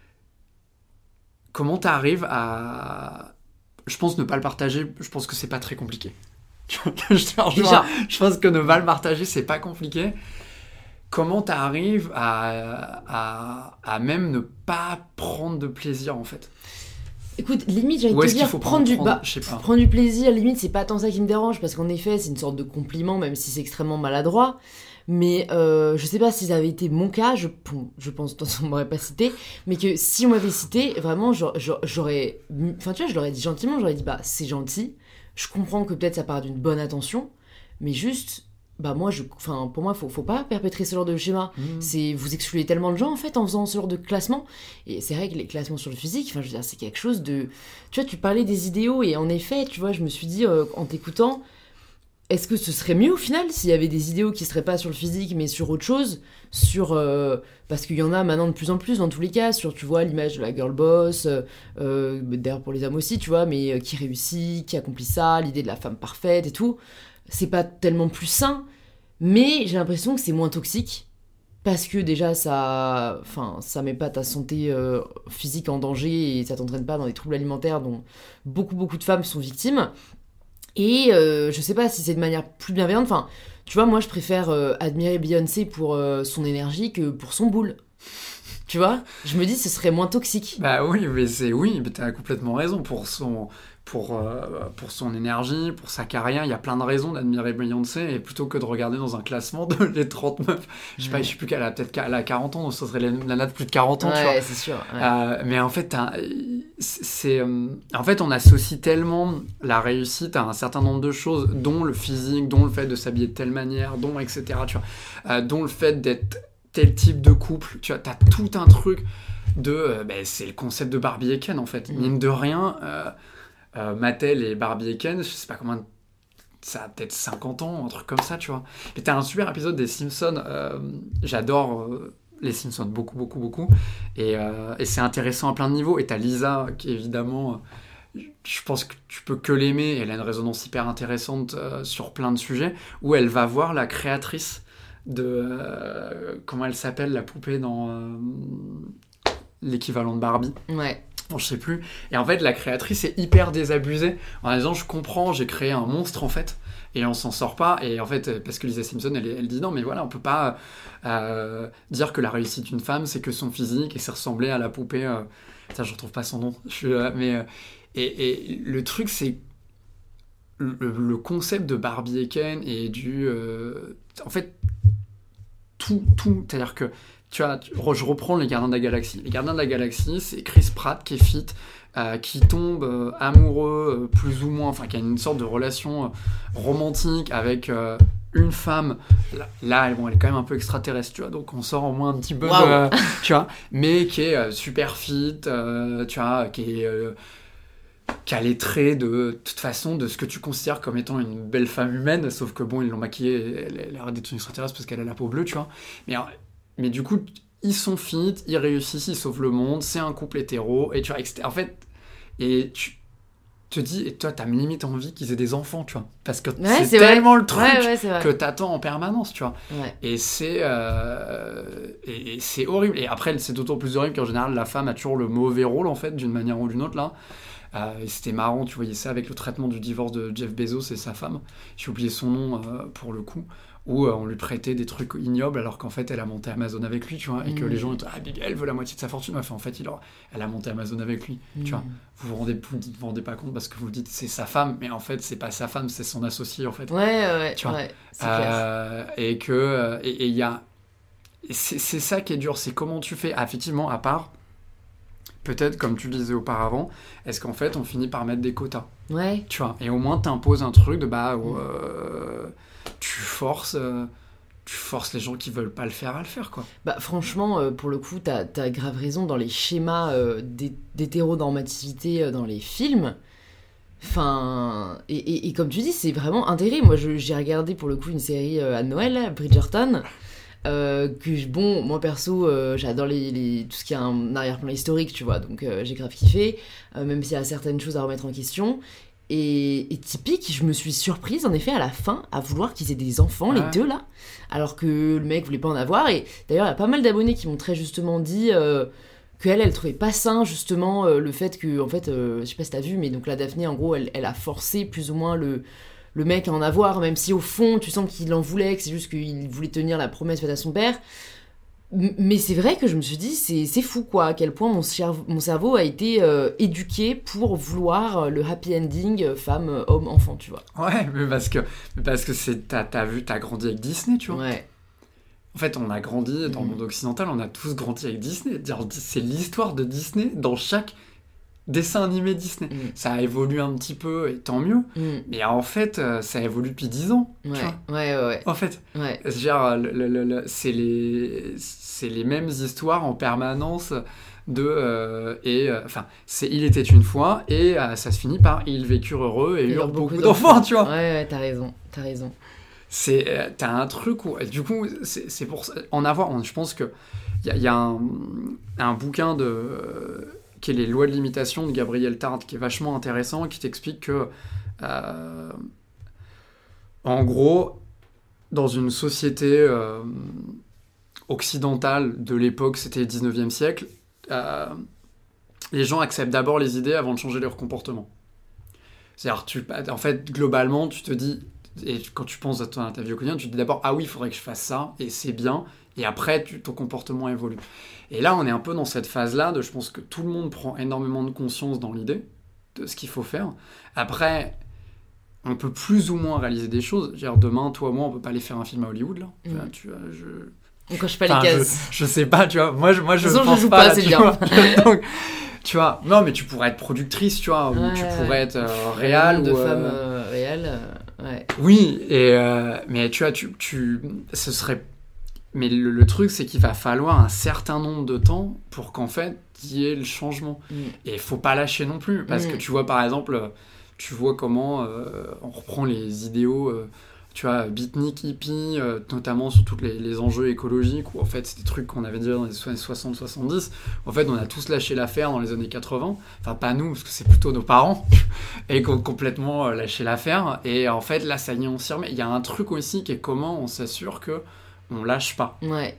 comment t'arrives à... Je pense ne pas le partager, je pense que c'est pas très compliqué. je, te Déjà. je pense que ne pas le partager, c'est pas compliqué. Comment t'arrives à, à, à même ne pas prendre de plaisir, en fait? Écoute, limite, j'allais te dire, faut prendre, prendre, du, bah, je sais pas. prendre du plaisir, limite, c'est pas tant ça qui me dérange, parce qu'en effet, c'est une sorte de compliment, même si c'est extrêmement maladroit. Mais euh, je sais pas si ça avait été mon cas, je, je pense qu'on m'aurait pas cité, mais que si on m'avait cité, vraiment, j'aurais... Enfin, tu vois, je l'aurais dit gentiment, j'aurais dit, bah, c'est gentil, je comprends que peut-être ça part d'une bonne intention, mais juste... Bah moi, je, enfin, pour moi, faut, faut pas perpétrer ce genre de schéma. Mmh. C'est, vous excluez tellement de gens, en fait, en faisant ce genre de classement. Et c'est vrai que les classements sur le physique, enfin, je veux dire, c'est quelque chose de... Tu vois, tu parlais des idéaux, et en effet, tu vois, je me suis dit, euh, en t'écoutant, est-ce que ce serait mieux, au final, s'il y avait des idéaux qui seraient pas sur le physique, mais sur autre chose, sur... Euh, parce qu'il y en a maintenant de plus en plus, dans tous les cas, sur, tu vois, l'image de la girl boss, euh, d'ailleurs pour les hommes aussi, tu vois, mais euh, qui réussit, qui accomplit ça, l'idée de la femme parfaite et tout... C'est pas tellement plus sain, mais j'ai l'impression que c'est moins toxique, parce que déjà, ça, enfin, ça met pas ta santé euh, physique en danger, et ça t'entraîne pas dans des troubles alimentaires dont beaucoup, beaucoup de femmes sont victimes. Et euh, je sais pas si c'est de manière plus bienveillante, enfin, tu vois, moi, je préfère euh, admirer Beyoncé pour euh, son énergie que pour son boule. Tu vois, je me dis ce serait moins toxique. Bah oui, mais c'est oui, mais t'as complètement raison pour son pour euh, pour son énergie, pour sa carrière, il y a plein de raisons d'admirer Beyoncé et plutôt que de regarder dans un classement de les trente meufs. Je sais pas, je sais plus qu'elle a peut-être qu'elle a quarante ans, donc ça serait la nana de plus de quarante ans, ouais, tu vois. c'est sûr. Ouais. Euh, mais en fait, c'est en fait on associe tellement la réussite à un certain nombre de choses, dont le physique, dont le fait de s'habiller de telle manière, dont et cetera. Tu vois, euh, dont le fait d'être tel type de couple, tu vois, t'as tout un truc de... Euh, bah, c'est le concept de Barbie et Ken, en fait. Mmh. Mine de rien, euh, euh, Mattel et Barbie et Ken, je sais pas comment... Ça a peut-être cinquante ans, un truc comme ça, tu vois. Mais t'as un super épisode des Simpsons, euh, j'adore euh, les Simpsons, beaucoup, beaucoup, beaucoup, et, euh, et c'est intéressant à plein de niveaux, et t'as Lisa, qui évidemment... Euh, je pense que tu peux que l'aimer, elle a une résonance hyper intéressante euh, sur plein de sujets, où elle va voir la créatrice de euh, comment elle s'appelle la poupée dans euh, l'équivalent de Barbie, ouais Bon, je sais plus. Et en fait, la créatrice est hyper désabusée en disant je comprends, j'ai créé un monstre en fait, et on s'en sort pas. Et en fait, parce que Lisa Simpson, elle, elle dit non, mais voilà, on peut pas euh, dire que la réussite d'une femme, c'est que son physique et c'est ressembler à la poupée. Euh... Ça, je retrouve pas son nom. Je suis, euh, mais euh, et, et le truc, c'est le, le concept de Barbie et Ken et du, euh... en fait, tout, tout, c'est-à-dire que tu vois, je reprends les Gardiens de la Galaxie. Les Gardiens de la Galaxie, c'est Chris Pratt qui est fit, euh, qui tombe euh, amoureux, euh, plus ou moins, enfin, qui a une sorte de relation euh, romantique avec euh, une femme. Là, là bon, elle est quand même un peu extraterrestre, tu vois, donc on sort au moins un petit peu wow. de... Tu vois, mais qui est euh, super fit, euh, tu vois, qui est... Euh, qui a les traits de, de toute façon de ce que tu considères comme étant une belle femme humaine, sauf que bon, ils l'ont maquillée, elle, elle a arrêté d'être une extraterrestre parce qu'elle a la peau bleue, tu vois. Mais... Mais du coup, ils sont fit, ils réussissent, ils sauvent le monde, c'est un couple hétéro, et tu vois, en fait, et tu te dis, et toi, t'as limite envie qu'ils aient des enfants, tu vois, parce que ouais, c'est, c'est tellement vrai. le truc ouais, ouais, que t'attends en permanence, tu vois. Ouais. Et c'est, euh, et, et c'est horrible. Et après, c'est d'autant plus horrible qu'en général, la femme a toujours le mauvais rôle, en fait, d'une manière ou d'une autre, là. Euh, et c'était marrant, tu voyais ça avec le traitement du divorce de Jeff Bezos et sa femme. J'ai oublié son nom euh, pour le coup. Où euh, on lui prêtait des trucs ignobles alors qu'en fait elle a monté Amazon avec lui, tu vois, et mmh. que les gens étaient ah Bibi elle veut la moitié de sa fortune, enfin, en fait il a, elle a monté Amazon avec lui, mmh. tu vois, vous vous rendez vous, vous rendez pas compte parce que vous dites c'est sa femme, mais en fait c'est pas sa femme, c'est son associé en fait, ouais ouais tu vois, ouais, c'est euh, clair. Et que et il y a c'est, c'est ça qui est dur, c'est comment tu fais, ah, effectivement, à part peut-être, comme tu le disais auparavant, est-ce qu'en fait, on finit par mettre des quotas ? Ouais. Tu vois, et au moins, t'imposes un truc de, bah, euh, tu forces... Euh, tu forces les gens qui veulent pas le faire à le faire, quoi. Bah, franchement, euh, pour le coup, t'as, t'as grave raison dans les schémas euh, d'hé- d'hétéronormativité euh, dans les films. Enfin... Et, et, et comme tu dis, c'est vraiment intérêt. Moi, je, j'ai regardé, pour le coup, une série euh, à Noël, Bridgerton... Euh, que je, bon, moi perso, euh, j'adore les, les, tout ce qui a un arrière-plan historique, tu vois, donc euh, j'ai grave kiffé, euh, même s'il y a certaines choses à remettre en question. Et, et typique, je me suis surprise en effet à la fin à vouloir qu'ils aient des enfants, ouais. les deux là, alors que le mec voulait pas en avoir. Et d'ailleurs, il y a pas mal d'abonnés qui m'ont très justement dit euh, qu'elle, elle trouvait pas sain justement euh, le fait que, en fait, euh, je sais pas si t'as vu, mais donc la Daphné, en gros, elle, elle a forcé plus ou moins le. le mec à en avoir, même si au fond tu sens qu'il en voulait, que c'est juste qu'il voulait tenir la promesse faite à son père. Mais c'est vrai que je me suis dit, c'est, c'est fou quoi, à quel point mon, cerveau, mon cerveau a été euh, éduqué pour vouloir le happy ending femme, homme, enfant, tu vois. Ouais, mais parce que, parce que c'est, t'as, t'as vu, t'as grandi avec Disney, tu vois. Ouais. En fait, on a grandi, dans mmh. le monde occidental, on a tous grandi avec Disney. C'est l'histoire de Disney dans chaque dessin animé Disney. Mm. Ça a évolué un petit peu, et tant mieux. Mm. Mais en fait, euh, ça évolue depuis dix ans. Ouais, tu vois ouais, ouais, ouais. En fait, ouais. Genre, le, le, le, c'est, les, c'est les mêmes histoires en permanence de... Euh, et, enfin, euh, c'est Il était une fois, et euh, ça se finit par Ils vécurent heureux et eurent beaucoup, beaucoup d'enfants, d'enfants, tu vois. Ouais, ouais, t'as raison, t'as raison. C'est, euh, t'as un truc où... Du coup, c'est, c'est pour ça... En avoir, je pense que... Il y, y a un, un bouquin de... Euh, qui est Les lois de l'imitation de Gabriel Tarde, qui est vachement intéressant, qui t'explique que, euh, en gros, dans une société euh, occidentale de l'époque, c'était le dix-neuvième siècle, euh, les gens acceptent d'abord les idées avant de changer leur comportement. C'est-à-dire, tu, en fait, globalement, tu te dis, et quand tu penses à ta, à ta vie au quotidien, tu te dis d'abord, ah oui, il faudrait que je fasse ça, et c'est bien, et après, tu, ton comportement évolue. Et là, on est un peu dans cette phase-là de, je pense que tout le monde prend énormément de conscience dans l'idée de ce qu'il faut faire. Après, on peut plus ou moins réaliser des choses. Genre, demain, toi, moi, on peut pas aller faire un film à Hollywood, là. Mmh. Enfin, tu vois, je... On coche pas enfin, les cases. Je, je sais pas, tu vois. Moi, je, moi, je façon, pense je joue pas, pas là, c'est tu bien. Vois. Donc, tu vois, non, mais tu pourrais être productrice, tu vois, ou ouais, tu ouais. pourrais être euh, réal. De ou, femme euh... euh, réelle, euh, ouais. Oui, et, euh, mais tu vois, tu, tu, ce serait... Mais le, le truc, c'est qu'il va falloir un certain nombre de temps pour qu'en fait, il y ait le changement. Mm. Et il faut pas lâcher non plus, parce mm. que tu vois, par exemple, tu vois comment euh, on reprend les idéaux, euh, tu vois, beatnik, hippie, euh, notamment sur tous les, les enjeux écologiques, où en fait, c'est des trucs qu'on avait dit dans les années soixante soixante-dix. En fait, on a tous lâché l'affaire dans les années quatre-vingts. Enfin, pas nous, parce que c'est plutôt nos parents, et qu'on a complètement euh, lâché l'affaire. Et en fait, là, ça y est, on s'y remet. Il y a un truc aussi qui est comment on s'assure que on lâche pas. Ouais.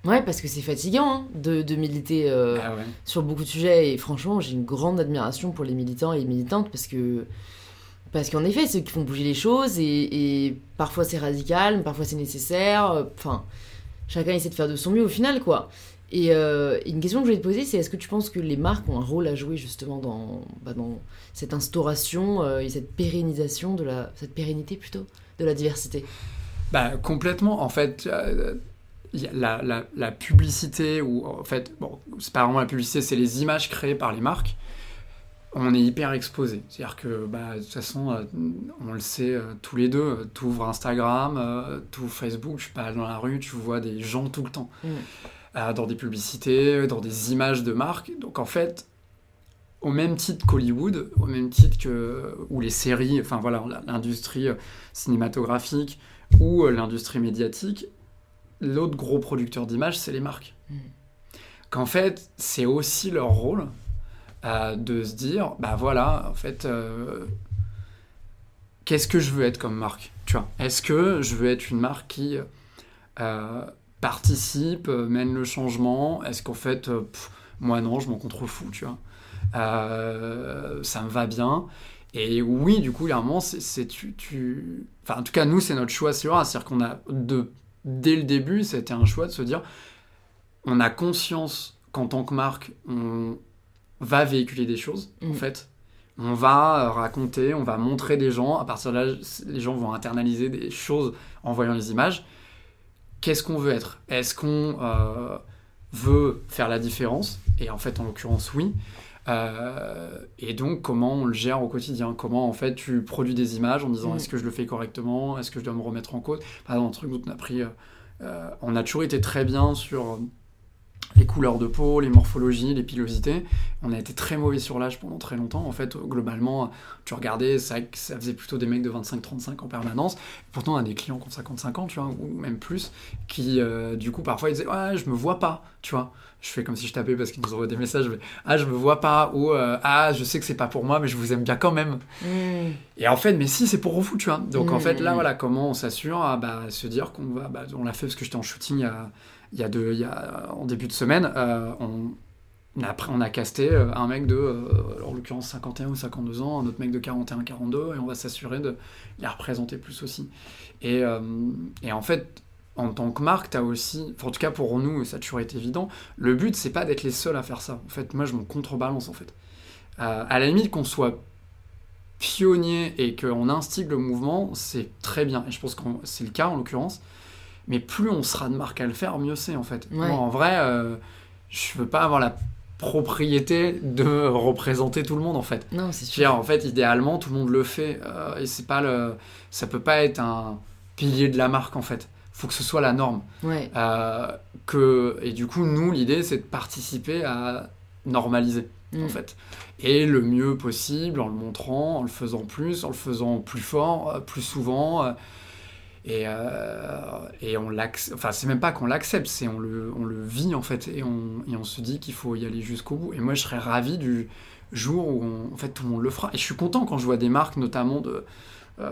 Ouais, parce que c'est fatigant hein, de, de militer euh, Ah ouais. sur beaucoup de sujets. Et franchement, j'ai une grande admiration pour les militants et les militantes parce que... Parce qu'en effet, c'est eux qui font bouger les choses et, et parfois c'est radical, mais parfois c'est nécessaire. Enfin, chacun essaie de faire de son mieux au final, quoi. Et euh, une question que je voulais te poser, c'est est-ce que tu penses que les marques ont un rôle à jouer justement dans, bah, dans cette instauration euh, et cette pérennisation de la, cette pérennité plutôt de la diversité? Bah complètement. En fait, euh, y a la, la, la publicité ou en fait, bon, c'est pas vraiment la publicité, c'est les images créées par les marques. On est hyper exposé. C'est-à-dire que, bah, de toute façon, euh, on le sait euh, tous les deux. Tu ouvres Instagram, euh, tu ouvres Facebook, je passe dans la rue, tu vois des gens tout le temps. Mm. Euh, dans des publicités, dans des images de marques. Donc en fait, au même titre qu'Hollywood, au même titre que ou les séries, enfin voilà, l'industrie cinématographique ou l'industrie médiatique, l'autre gros producteur d'images, c'est les marques. Mm. Qu'en fait, c'est aussi leur rôle euh, de se dire, bah voilà, en fait, euh, qu'est-ce que je veux être comme marque, tu vois ? Est-ce que je veux être une marque qui euh, participe, mène le changement ? Est-ce qu'en fait, euh, pff, moi non, je m'en contrefous, tu vois ? Euh, ça me va bien. Et oui, du coup, il y a un moment, c'est, c'est tu, tu... Enfin, en tout cas, nous, c'est notre choix, c'est vrai. C'est-à-dire qu'on a, de, dès le début, c'était un choix de se dire, on a conscience qu'en tant que marque, on va véhiculer des choses, mmh. en fait. On va raconter, on va montrer des gens. À partir de là, les gens vont internaliser des choses en voyant les images. Qu'est-ce qu'on veut être ? Est-ce qu'on euh, veut faire la différence ? Et en fait, en l'occurrence, oui. Euh, et donc, comment on le gère au quotidien ? Comment, en fait, tu produis des images en disant mmh. est-ce que je le fais correctement ? Est-ce que je dois me remettre en cause ? Par exemple, un truc dont on a pris... Euh, on a toujours été très bien sur les couleurs de peau, les morphologies, les pilosités. On a été très mauvais sur l'âge pendant très longtemps. En fait, globalement, tu regardais, ça, ça faisait plutôt des mecs de vingt-cinq trente-cinq en permanence. Pourtant, on a des clients qui ont cinquante-cinq ans, tu vois, ou même plus, qui, euh, du coup, parfois, ils disaient « Ouais, je me vois pas », tu vois. Je fais comme si je tapais parce qu'ils nous envoient des messages, mais « Ah, je me vois pas » ou euh, « Ah, je sais que c'est pas pour moi, mais je vous aime bien quand même. Mmh. » Et en fait, mais si, c'est pour vous, tu vois. Donc, mmh. en fait, là, voilà, comment on s'assure à bah, se dire qu'on va... Bah, on l'a fait parce que j'étais en shooting il y a... Il y a deux, il y a, en début de semaine, euh, on, on, a, on a casté un mec de, euh, en l'occurrence, cinquante et un ou cinquante-deux ans, un autre mec de quarante et un quarante-deux, et on va s'assurer de les représenter plus aussi. Et, euh, et en fait, en tant que marque, tu as aussi, en tout cas pour nous, et ça a toujours été évident, le but, c'est pas d'être les seuls à faire ça. En fait, moi, je me contrebalance, en fait. Euh, à la limite, qu'on soit pionnier et qu'on instigue le mouvement, c'est très bien. Et je pense que c'est le cas, en l'occurrence. Mais plus on sera de marque à le faire, mieux c'est en fait. Ouais. Moi, en vrai, euh, je veux pas avoir la propriété de représenter tout le monde en fait. Non, c'est sûr. En fait, idéalement, tout le monde le fait euh, et c'est pas le, ça peut pas être un pilier de la marque en fait. Faut que ce soit la norme. Ouais. Euh, que et du coup, nous, l'idée, c'est de participer à normaliser mmh. en fait. Et le mieux possible en le montrant, en le faisant plus, en le faisant plus fort, plus souvent. Euh, Et, euh, et on l'accepte, enfin c'est même pas qu'on l'accepte, c'est on le, on le vit en fait, et on, et on se dit qu'il faut y aller jusqu'au bout. Et moi je serais ravi du jour où on, en fait, tout le monde le fera. Et je suis content quand je vois des marques notamment de, euh,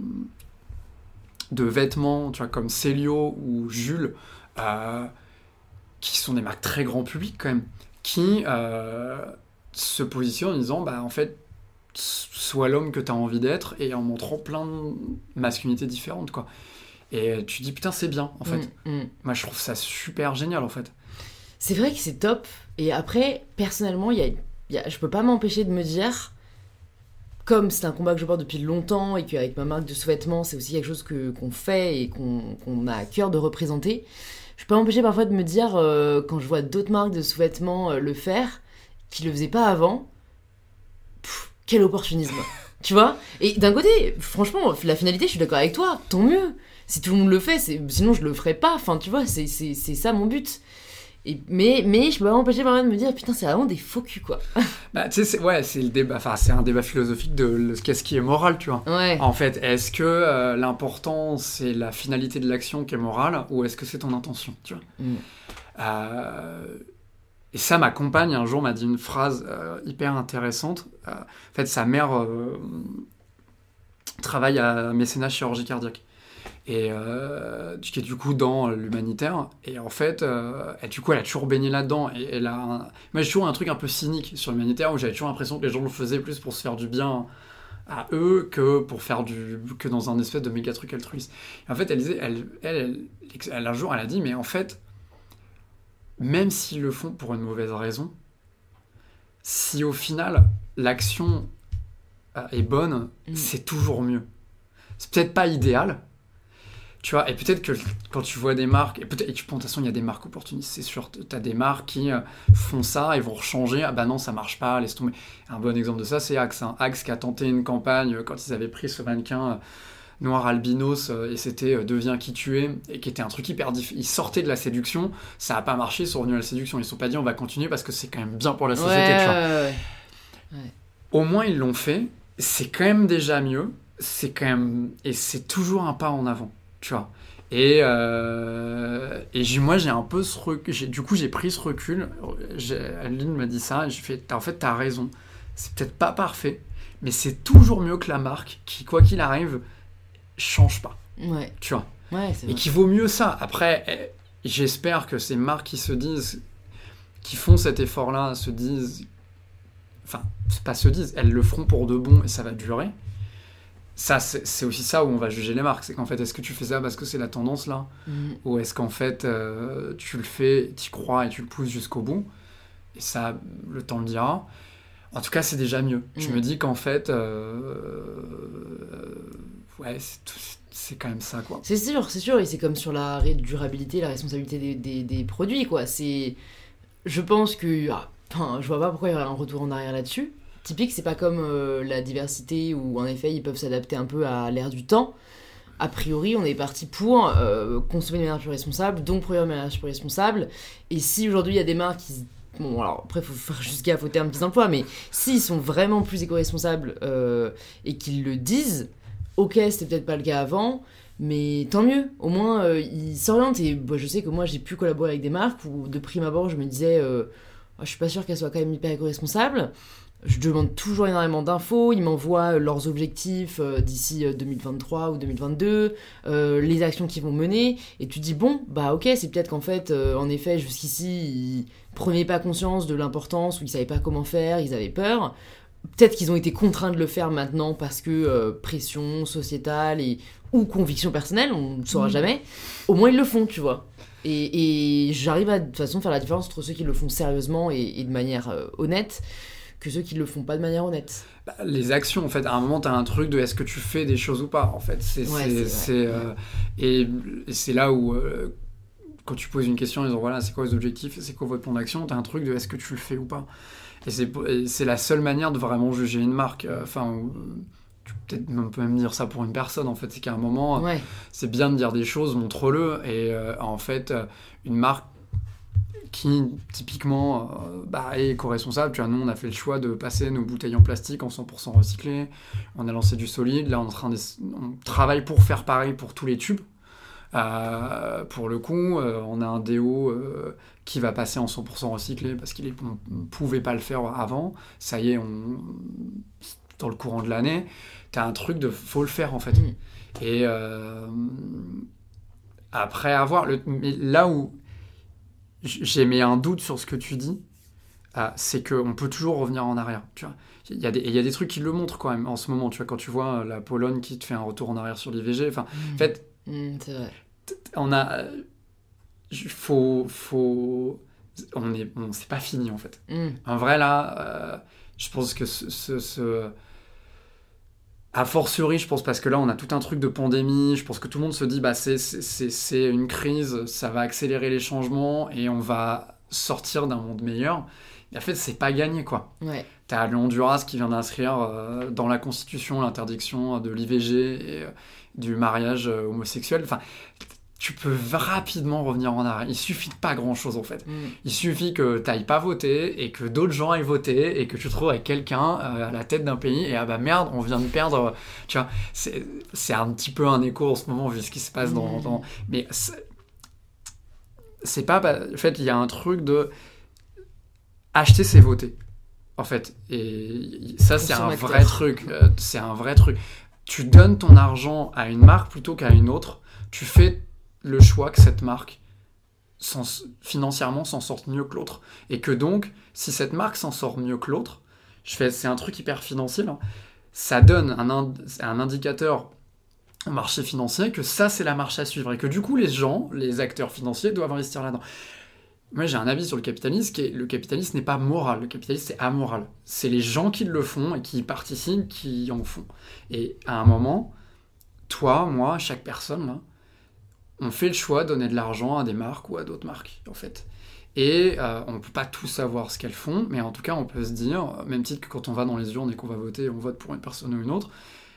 de vêtements, tu vois, comme Célio ou Jules, euh, qui sont des marques très grand public quand même, qui euh, se positionnent en disant bah en fait sois l'homme que tu as envie d'être et en montrant plein de masculinités différentes quoi. Et tu dis putain c'est bien en fait. Mmh, mmh. Moi je trouve ça super génial en fait. C'est vrai que c'est top. Et après personnellement il y a, y a, je peux pas m'empêcher de me dire, comme c'est un combat que je porte depuis longtemps et qu'avec ma marque de sous-vêtements c'est aussi quelque chose que, qu'on fait et qu'on, qu'on a à cœur de représenter, je peux pas m'empêcher parfois de me dire euh, quand je vois d'autres marques de sous-vêtements euh, le faire qui le faisaient pas avant, pff, quel opportunisme. Tu vois ? Et d'un côté, franchement, la finalité, je suis d'accord avec toi, tant mieux. Si tout le monde le fait, c'est... sinon je le ferais pas. Enfin, tu vois, c'est, c'est, c'est ça mon but. Et, mais, mais je peux pas m'empêcher de me dire, putain, c'est vraiment des faux culs, quoi. Bah, tu sais, c'est, ouais, c'est, le débat, enfin, c'est un débat philosophique de le, qu'est-ce qui est moral, tu vois. Ouais. En fait, est-ce que euh, l'important, c'est la finalité de l'action qui est morale, ou est-ce que c'est ton intention, tu vois. Mm. Euh... Et ça, ma compagne, un jour, m'a dit une phrase euh, hyper intéressante. Euh, en fait, sa mère euh, travaille à mécénat chirurgie cardiaque. et euh, qui est du coup dans l'humanitaire. Et en fait, euh, et du coup, elle a toujours baigné là-dedans. Et elle a un... Moi, j'ai toujours un truc un peu cynique sur l'humanitaire où j'avais toujours l'impression que les gens le faisaient plus pour se faire du bien à eux que pour faire du que dans un espèce de méga truc altruiste. Et en fait, elle disait, elle, elle, elle, elle, un jour, elle a dit, mais en fait, même s'ils le font pour une mauvaise raison, si au final l'action est bonne, mmh. c'est toujours mieux. C'est peut-être pas idéal, tu vois, et peut-être que quand tu vois des marques, et peut-être, et tu, de toute façon, il y a des marques opportunistes, c'est sûr, tu as des marques qui euh, font ça et vont rechanger, ah bah non, ça marche pas, laisse tomber. Un bon exemple de ça, c'est Axe. Hein. Axe qui a tenté une campagne euh, quand ils avaient pris ce mannequin euh, noir albinos, euh, et c'était euh, Deviens qui tu es, et qui était un truc hyper difficile. Ils sortaient de la séduction, ça a pas marché, ils sont revenus à la séduction. Ils se sont pas dit, on va continuer parce que c'est quand même bien pour la société, ouais, tu vois. Ouais, ouais. Ouais. Au moins, ils l'ont fait, c'est quand même déjà mieux, c'est quand même... Et c'est toujours un pas en avant, tu vois. Et, euh, et j'ai, moi, j'ai un peu ce recul. J'ai, du coup, j'ai pris ce recul. J'ai, Adeline m'a dit ça. Et j'ai fait, en fait, t'as raison. C'est peut-être pas parfait, mais c'est toujours mieux que la marque qui, quoi qu'il arrive, change pas. Ouais. Tu vois. Ouais, c'est vrai. Et qui vaut mieux ça. Après, j'espère que ces marques qui se disent, qui font cet effort-là, se disent, enfin, pas se disent, elles le feront pour de bon et ça va durer. Ça, c'est, c'est aussi ça où on va juger les marques. C'est qu'en fait, est-ce que tu fais ça parce que c'est la tendance là mmh. Ou est-ce qu'en fait, euh, tu le fais, tu y crois et tu le pousses jusqu'au bout. Et ça, le temps le dira. En tout cas, c'est déjà mieux. Mmh. Je me dis qu'en fait, euh, ouais, c'est, tout, c'est quand même ça, quoi. C'est sûr, c'est sûr. Et c'est comme sur la durabilité, la responsabilité des, des, des produits, quoi. C'est... Je pense que... Ah, enfin, je vois pas pourquoi il y aurait un retour en arrière là-dessus. Typique, c'est pas comme euh, la diversité où en effet ils peuvent s'adapter un peu à l'ère du temps. A priori, on est parti pour euh, consommer de manière plus responsable, donc produire de manière plus responsable. Et si aujourd'hui il y a des marques qui... Bon, alors après, il faut faire juste gaffe aux termes qu'ils emploient, mais s'ils sont vraiment plus éco-responsables euh, et qu'ils le disent, ok, c'était peut-être pas le cas avant, mais tant mieux. Au moins, euh, ils s'orientent. Et bah, je sais que moi, j'ai pu collaborer avec des marques où de prime abord, je me disais, euh, oh, je suis pas sûre qu'elles soient quand même hyper éco-responsables. Je demande toujours énormément d'infos, ils m'envoient leurs objectifs euh, d'ici deux mille vingt-trois ou deux mille vingt-deux, euh, les actions qu'ils vont mener, et tu te dis, bon, bah ok, c'est peut-être qu'en fait, euh, en effet, jusqu'ici, ils prenaient pas conscience de l'importance, ou ils savaient pas comment faire, ils avaient peur. Peut-être qu'ils ont été contraints de le faire maintenant parce que euh, pression sociétale et, ou conviction personnelle, on ne saura mmh. jamais. Au moins, ils le font, tu vois. Et, et j'arrive à, de toute façon, faire la différence entre ceux qui le font sérieusement et, et de manière euh, honnête, que ceux qui le font pas de manière honnête. Bah, les actions, en fait, à un moment, t'as un truc de est-ce que tu fais des choses ou pas, en fait. C'est, ouais, c'est, c'est, c'est euh, et, et c'est là où, euh, quand tu poses une question, ils disent voilà, c'est quoi les objectifs, c'est quoi votre plan d'action, t'as un truc de est-ce que tu le fais ou pas. Et c'est, et c'est la seule manière de vraiment juger une marque. Enfin, euh, tu peux peut-être même, peut même dire ça pour une personne, en fait. C'est qu'à un moment, ouais. c'est bien de dire des choses, montre-le. Et euh, en fait, une marque qui typiquement euh, bah, est éco-responsable. Tu vois, nous on a fait le choix de passer nos bouteilles en plastique en cent pour cent recyclées, on a lancé du solide, là on, est en train de, on travaille pour faire pareil pour tous les tubes. Euh, pour le coup, euh, on a un déo euh, qui va passer en cent pour cent recyclé parce qu'on ne pouvait pas le faire avant. Ça y est, on, dans le courant de l'année, tu as un truc de faut le faire en fait. Mmh. Et euh, après avoir, le, mais là où j'ai mis un doute sur ce que tu dis, euh, c'est qu'on peut toujours revenir en arrière. Tu vois, il y a des, il y a des trucs qui le montrent quand même en ce moment. Tu vois, quand tu vois la Pologne qui te fait un retour en arrière sur l'I V G, enfin, mmh. en fait, mmh, c'est vrai. On a, faut, faut, on est, on, c'est pas fini en fait. Mmh. En vrai là, euh, je pense que ce, ce, ce a fortiori, je pense, parce que là, on a tout un truc de pandémie. Je pense que tout le monde se dit, bah, c'est, c'est, c'est, c'est une crise, ça va accélérer les changements et on va sortir d'un monde meilleur. Mais en fait, c'est pas gagné, quoi. Ouais. T'as le Honduras qui vient d'inscrire euh, dans la Constitution l'interdiction de l'I V G et euh, du mariage euh, homosexuel. Enfin, tu peux rapidement revenir en arrière. Il suffit de pas grand-chose, en fait. Mm. Il suffit que t'ailles pas voter et que d'autres gens aillent voté et que tu te trouves avec quelqu'un euh, à la tête d'un pays et ah bah merde, on vient de perdre. Tu vois, c'est, c'est un petit peu un écho en ce moment vu ce qui se passe dans... Mm. dans... Mais c'est, c'est pas... En fait, il y a un truc de... Acheter, c'est voter. En fait. Et ça, c'est un vrai truc. Euh, c'est un vrai truc. tu donnes ton argent à une marque plutôt qu'à une autre, tu fais le choix que cette marque s'en, financièrement s'en sorte mieux que l'autre. Et que donc, si cette marque s'en sort mieux que l'autre, je fais, c'est un truc hyper financier, là, ça donne un, ind- un indicateur au marché financier que ça, c'est la marche à suivre. Et que du coup, les gens, les acteurs financiers doivent investir là-dedans. Moi, j'ai un avis sur le capitalisme qui est le capitalisme n'est pas moral, le capitalisme c'est amoral. C'est les gens qui le font et qui y participent, qui en font. Et à un moment, toi, moi, chaque personne, là, on fait le choix de donner de l'argent à des marques ou à d'autres marques, en fait. Et euh, on ne peut pas tout savoir ce qu'elles font, mais en tout cas, on peut se dire, même titre que quand on va dans les urnes et qu'on va voter, on vote pour une personne ou une autre,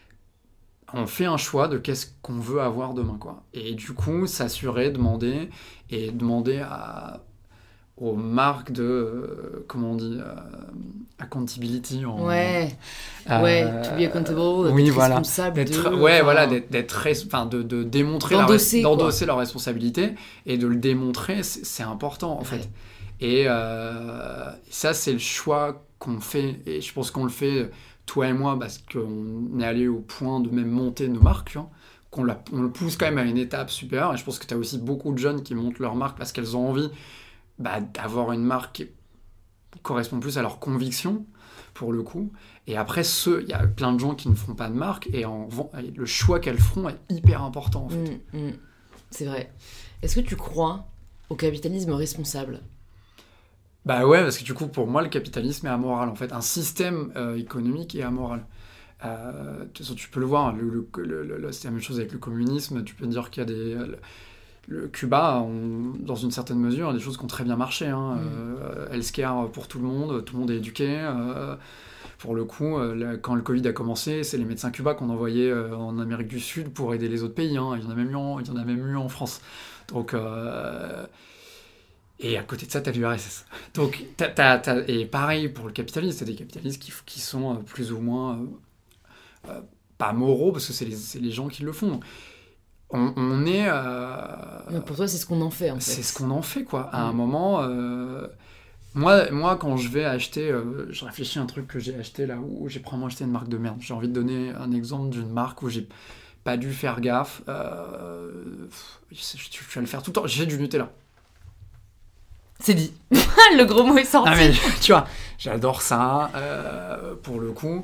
on fait un choix de qu'est-ce qu'on veut avoir demain, quoi. Et du coup, s'assurer, demander, et demander à... aux marques de, euh, comment on dit, euh, accountability en... Ouais, euh, ouais, to be accountable, oui, d'être voilà. responsable d'être, de... ouais, enfin, voilà, d'être, d'être res- enfin, de, de démontrer d'endosser, la, res- d'endosser leur responsabilité, et de le démontrer, c'est, c'est important, en Ouais. fait. Et euh, ça, c'est le choix qu'on fait, et je pense qu'on le fait, toi et moi, parce qu'on est allé au point de même monter nos marques, tu vois, qu'on la, on le pousse quand même à une étape supérieure, et je pense que tu as aussi beaucoup de jeunes qui montent leur marque parce qu'elles ont envie bah, d'avoir une marque qui correspond plus à leurs convictions, pour le coup. Et après, il y a plein de gens qui ne font pas de marque, et, en, et le choix qu'elles feront est hyper important, en fait. Mmh, mmh. C'est vrai. Est-ce que tu crois au capitalisme responsable ? Bah ouais, parce que du coup, pour moi, le capitalisme est amoral, en fait. Un système euh, économique est amoral. Euh, de toute façon, tu peux le voir, le, le, le, le, le, c'est la même chose avec le communisme. Tu peux dire qu'il y a des... Le, le Cuba, on, dans une certaine mesure, il y a des choses qui ont très bien marché. Hein. Mm. Euh, healthcare pour tout le monde, tout le monde est éduqué. Euh, pour le coup, euh, quand le Covid a commencé, c'est les médecins cubains qu'on envoyait euh, en Amérique du Sud pour aider les autres pays. Hein. Il y en a même eu en, il y en a même eu en France. Donc... Euh, Et à côté de ça, t'as l'U R S S. Donc, t'as, t'as, t'as, et pareil pour le capitalisme, t'as des capitalistes qui, qui sont plus ou moins euh, euh, pas moraux, parce que c'est les, c'est les gens qui le font. On, on est... Euh, pour toi, c'est ce qu'on en fait, en fait. C'est ce qu'on en fait, quoi. À mmh. un moment... Euh, moi, moi, quand je vais acheter... Euh, je réfléchis à un truc que j'ai acheté là, où j'ai probablement acheté une marque de merde. J'ai envie de donner un exemple d'une marque où j'ai pas dû faire gaffe. Euh, je, je, je vais le faire tout le temps. J'ai du Nutella. C'est dit. Le gros mot est sorti. Ah mais, tu vois, j'adore ça. Euh, pour le coup,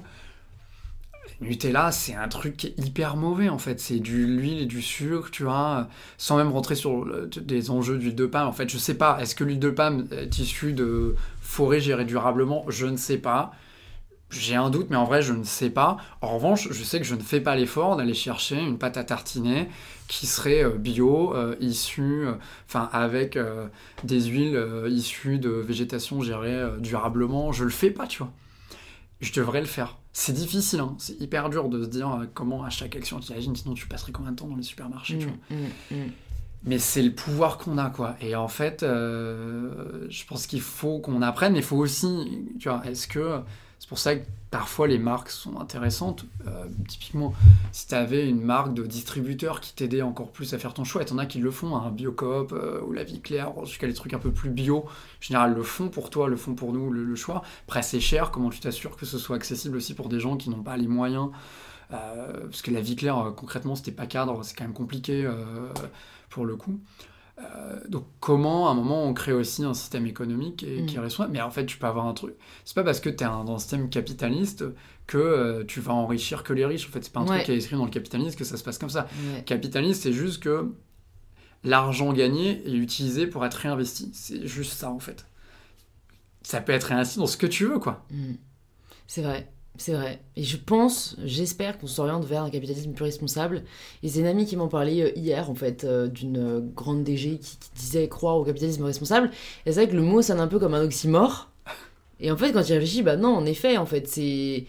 Nutella, c'est un truc qui est hyper mauvais, en fait. C'est de l'huile et du sucre, tu vois. Sans même rentrer sur le, des enjeux d'huile de palme. En fait, je sais pas. Est-ce que l'huile de palme est issue de forêts gérées durablement ? Je ne sais pas. J'ai un doute, mais en vrai, je ne sais pas. En revanche, je sais que je ne fais pas l'effort d'aller chercher une pâte à tartiner qui serait bio, euh, issue, enfin, euh, avec euh, des huiles euh, issues de végétation gérée euh, durablement. Je le fais pas, tu vois. Je devrais le faire. C'est difficile, hein. C'est hyper dur de se dire euh, comment à chaque action tu imagines, sinon tu passerais combien de temps dans les supermarchés, mmh, tu vois. Mmh, mmh. Mais c'est le pouvoir qu'on a, quoi. Et en fait, euh, je pense qu'il faut qu'on apprenne, mais il faut aussi, tu vois, est-ce que... C'est pour ça que parfois les marques sont intéressantes. Euh, typiquement, si tu avais une marque de distributeur qui t'aidait encore plus à faire ton choix, et t'en as qui le font, hein, Biocoop euh, ou La Vie Claire, jusqu'à les trucs un peu plus bio, en général le font pour toi, le font pour nous, le, le choix. Après c'est cher, comment tu t'assures que ce soit accessible aussi pour des gens qui n'ont pas les moyens, euh, parce que La Vie Claire, euh, concrètement, c'était pas cadre, c'est quand même compliqué euh, pour le coup. Euh, donc comment à un moment on crée aussi un système économique et, mmh. qui reçoit, mais en fait tu peux avoir un truc, c'est pas parce que t'es un, dans un système capitaliste que euh, tu vas enrichir que les riches, en fait c'est pas un ouais. truc qui est écrit dans le capitalisme que ça se passe comme ça. Ouais. Capitaliste, c'est juste que l'argent gagné est utilisé pour être réinvesti, c'est juste ça en fait. Ça peut être réinvesti dans ce que tu veux, quoi. Mmh. C'est vrai. C'est vrai. Et je pense, j'espère qu'on s'oriente vers un capitalisme plus responsable. Et c'est une amie qui m'en parlait hier, en fait, euh, d'une grande D G qui, qui disait croire au capitalisme responsable. Et c'est vrai que le mot sonne un peu comme un oxymore. Et en fait, quand tu y réfléchis, bah non, en effet, en fait, c'est...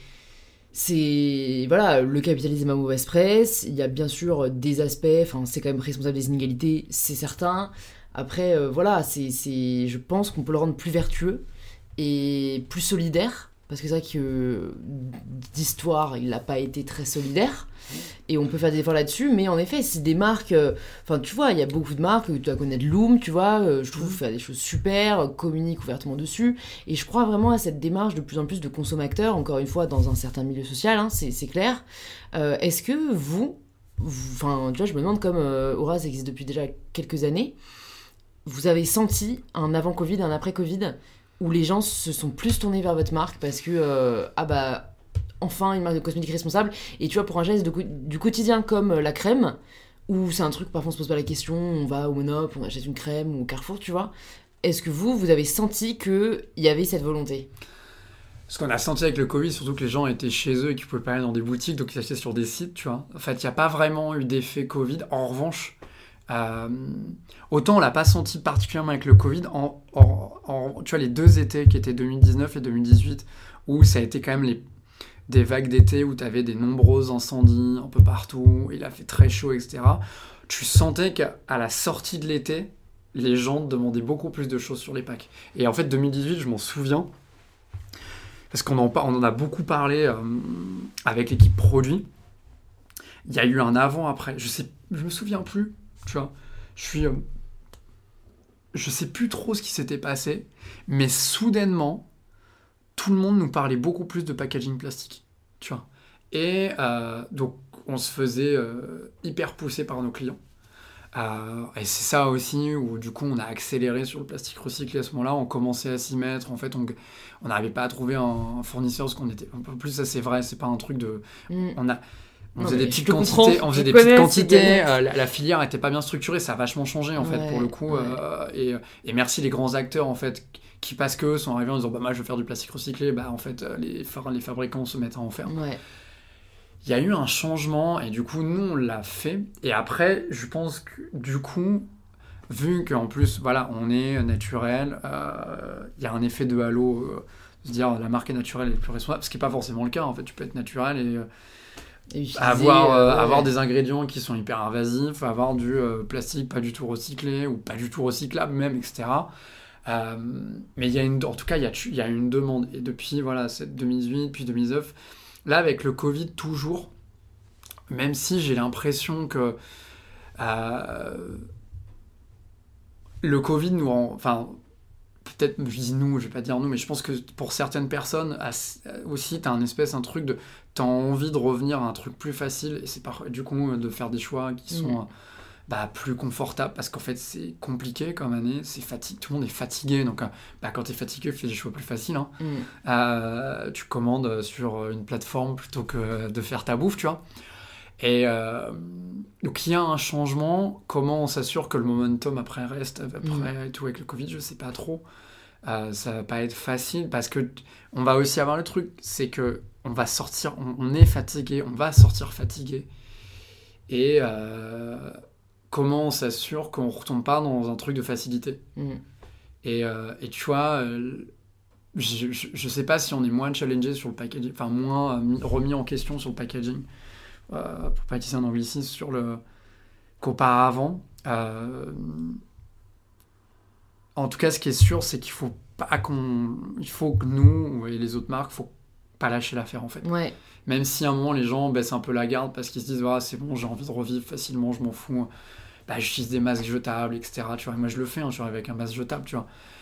C'est... Voilà, le capitalisme à mauvaise presse. Il y a bien sûr des aspects, enfin, c'est quand même responsable des inégalités, c'est certain. Après, euh, voilà, c'est, c'est... je pense qu'on peut le rendre plus vertueux et plus solidaire. parce que c'est vrai que d'histoire, il n'a pas été très solidaire, et on peut faire des efforts là-dessus, mais en effet, si des marques, enfin euh, tu vois, il y a beaucoup de marques, tu dois connaître Loom, tu vois, euh, je trouve faire des choses super, euh, communique ouvertement dessus, et je crois vraiment à cette démarche de plus en plus de consommateurs, encore une fois, dans un certain milieu social, hein, c'est, c'est clair. Euh, est-ce que vous, enfin, tu vois, je me demande, comme euh, Horace existe depuis déjà quelques années, vous avez senti un avant-Covid, un après-Covid, où les gens se sont plus tournés vers votre marque parce que, euh, ah bah, enfin une marque de cosmétiques responsable. Et tu vois, pour un geste de, du quotidien comme la crème, où c'est un truc, parfois on se pose pas la question, on va au Monop, on achète une crème, ou au Carrefour, tu vois. Est-ce que vous, vous avez senti qu'il y avait cette volonté ? Ce qu'on a senti avec le Covid, surtout que les gens étaient chez eux et qu'ils pouvaient pas aller dans des boutiques, donc ils achetaient sur des sites, tu vois. En fait, il n'y a pas vraiment eu d'effet Covid. En revanche, Euh, autant on l'a pas senti particulièrement avec le Covid en, en, en, tu vois, les deux étés qui étaient deux mille dix-neuf et deux mille dix-huit, où ça a été quand même les, des vagues d'été où tu avais des nombreux incendies un peu partout, il a fait très chaud, etc. Tu sentais qu'à la sortie de l'été, les gens demandaient beaucoup plus de choses sur les packs. Et en fait, deux mille dix-huit, je m'en souviens, parce qu'on en, on en a beaucoup parlé euh, avec l'équipe produit. Il y a eu un avant-après, je sais, je me souviens plus. Tu vois, je suis, euh, je sais plus trop ce qui s'était passé, mais soudainement, tout le monde nous parlait beaucoup plus de packaging plastique, tu vois. Et euh, donc, on se faisait euh, hyper pousser par nos clients. Euh, et c'est ça aussi où, du coup, on a accéléré sur le plastique recyclé à ce moment-là. On commençait à s'y mettre. En fait, on on n'arrivait pas à trouver un, un fournisseur, parce qu'on était un peu plus, ça c'est vrai, c'est pas un truc de, mm. on a On faisait, non, des petites quantités, on faisait des petites quantités, euh, la, la filière n'était pas bien structurée, ça a vachement changé en ouais, fait pour le coup. Ouais. Euh, et, et merci les grands acteurs en fait qui, parce qu'eux sont arrivés en disant bah moi je veux faire du plastique recyclé, bah en fait les, les fabricants se mettent à en faire. Ouais. Il y a eu un changement et du coup nous on l'a fait. Et après je pense que du coup, vu qu'en plus voilà on est naturel, il euh, y a un effet de halo, euh, de se dire la marque est naturelle et plus responsable, ce qui n'est pas forcément le cas en fait, tu peux être naturel et... Euh, avoir, euh, ouais. avoir des ingrédients qui sont hyper invasifs, avoir du euh, plastique pas du tout recyclé ou pas du tout recyclable même, et cetera. Euh, mais il y a une, en tout cas, il y a, il y a une demande. Et depuis voilà, cette deux mille dix-huit, puis deux mille dix-neuf, là avec le Covid toujours, même si j'ai l'impression que euh, le Covid nous rend... Enfin, peut-être, je dis nous, je vais pas dire nous, mais je pense que pour certaines personnes aussi, t'as un espèce, un truc de... T'as envie de revenir à un truc plus facile, et c'est par, du coup de faire des choix qui sont mmh. bah, plus confortables, parce qu'en fait c'est compliqué comme année, c'est fatigue, tout le monde est fatigué, donc bah, quand t'es fatigué, fais des choix plus faciles. Hein. Mmh. Euh, tu commandes sur une plateforme plutôt que de faire ta bouffe, tu vois. Et euh, donc il y a un changement. Comment on s'assure que le momentum après reste après mmh. et tout avec le Covid, je sais pas trop. Euh, ça va pas être facile parce que on va aussi avoir le truc, c'est que on va sortir, on, on est fatigué, on va sortir fatigué. Et euh, comment on s'assure qu'on retombe pas dans un truc de facilité. Mmh. Et, euh, et tu vois, euh, je, je, je sais pas si on est moins challengé sur le packaging, enfin moins mis, remis en question sur le packaging. Euh, pour pas utiliser un anglicisme sur le qu'auparavant. Euh... En tout cas, ce qui est sûr, c'est qu'il faut pas qu'on, il faut que nous et les autres marques, faut pas lâcher l'affaire en fait. Ouais. Même si à un moment les gens baissent un peu la garde parce qu'ils se disent ah, c'est bon, j'ai envie de revivre facilement, je m'en fous. Bah, j'utilise des masques jetables, et cetera. Tu vois, moi je le fais, hein, je suis arrivé avec un masque jetable, tu vois.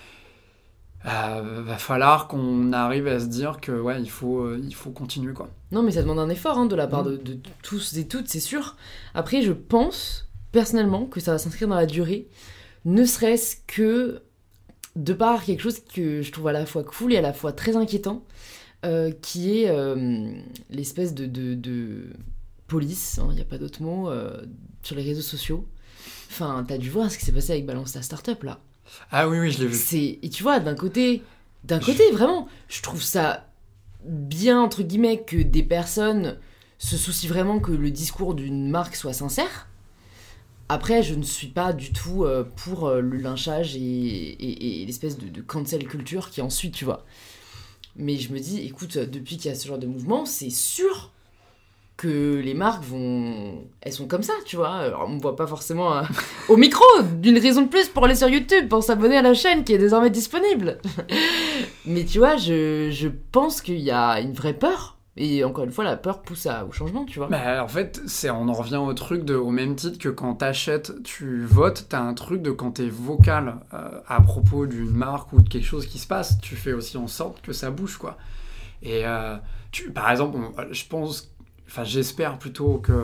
Euh, va falloir qu'on arrive à se dire que ouais, il faut, euh, il faut continuer quoi. Non, mais ça demande un effort hein, de la part mmh. de, de tous et toutes, c'est sûr. Après, je pense personnellement que ça va s'inscrire dans la durée, ne serait-ce que de par quelque chose que je trouve à la fois cool et à la fois très inquiétant, euh, qui est euh, l'espèce de, de, de police, il hein, n'y a pas d'autre mot, euh, sur les réseaux sociaux. Enfin, t'as dû voir ce qui s'est passé avec Balance ta Startup là. Ah oui, oui, je l'ai vu. C'est... Et tu vois, d'un côté, d'un côté, vraiment, je trouve ça bien, entre guillemets, que des personnes se soucient vraiment que le discours d'une marque soit sincère. Après, je ne suis pas du tout euh, pour euh, le lynchage et, et, et l'espèce de, de cancel culture qui ensuite, tu vois. Mais je me dis, écoute, depuis qu'il y a ce genre de mouvement, c'est sûr que les marques vont... Elles sont comme ça, tu vois. Alors, on me voit pas forcément euh, au micro, d'une raison de plus pour aller sur YouTube, pour s'abonner à la chaîne qui est désormais disponible. Mais tu vois, je, je pense qu'il y a une vraie peur. Et encore une fois, la peur pousse à, au changement, tu vois. Bah, en fait, c'est, on en revient au truc de, au même titre que quand t'achètes, tu votes, t'as un truc de quand t'es vocal euh, à propos d'une marque ou de quelque chose qui se passe, tu fais aussi en sorte que ça bouge, quoi. Et euh, tu, par exemple, on, je pense... Enfin, j'espère plutôt que,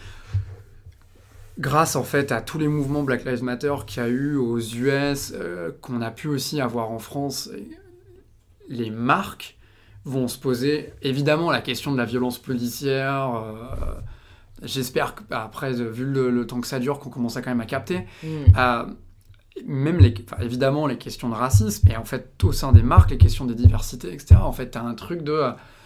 grâce en fait à tous les mouvements Black Lives Matter qu'il y a eu aux U S, euh, qu'on a pu aussi avoir en France, les marques vont se poser évidemment la question de la violence policière. Euh, j'espère qu'après, vu le, le temps que ça dure, qu'on commence à quand même à capter. Mm. Euh, même les, enfin, évidemment les questions de racisme, et en fait au sein des marques, les questions des diversités, et cetera. En fait, t'as un truc de...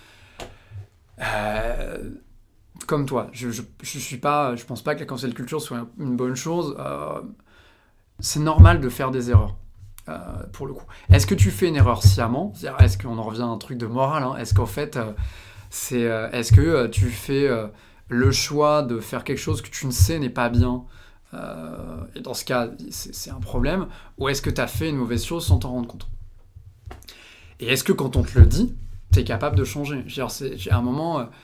Euh, comme toi, je, je, je suis pas, je pense pas que la cancel culture soit une bonne chose. Euh, c'est normal de faire des erreurs, euh, pour le coup. Est-ce que tu fais une erreur sciemment ? C'est-à-dire, est-ce qu'on en revient à un truc de morale, hein ? Est-ce qu'en fait, euh, c'est, euh, est-ce que euh, tu fais euh, le choix de faire quelque chose que tu ne sais n'est pas bien ? euh, Et dans ce cas, c'est, c'est un problème. Ou est-ce que tu as fait une mauvaise chose sans t'en rendre compte ? Et est-ce que quand on te le dit, tu es capable de changer ? Je veux dire, c'est, à un moment... Euh,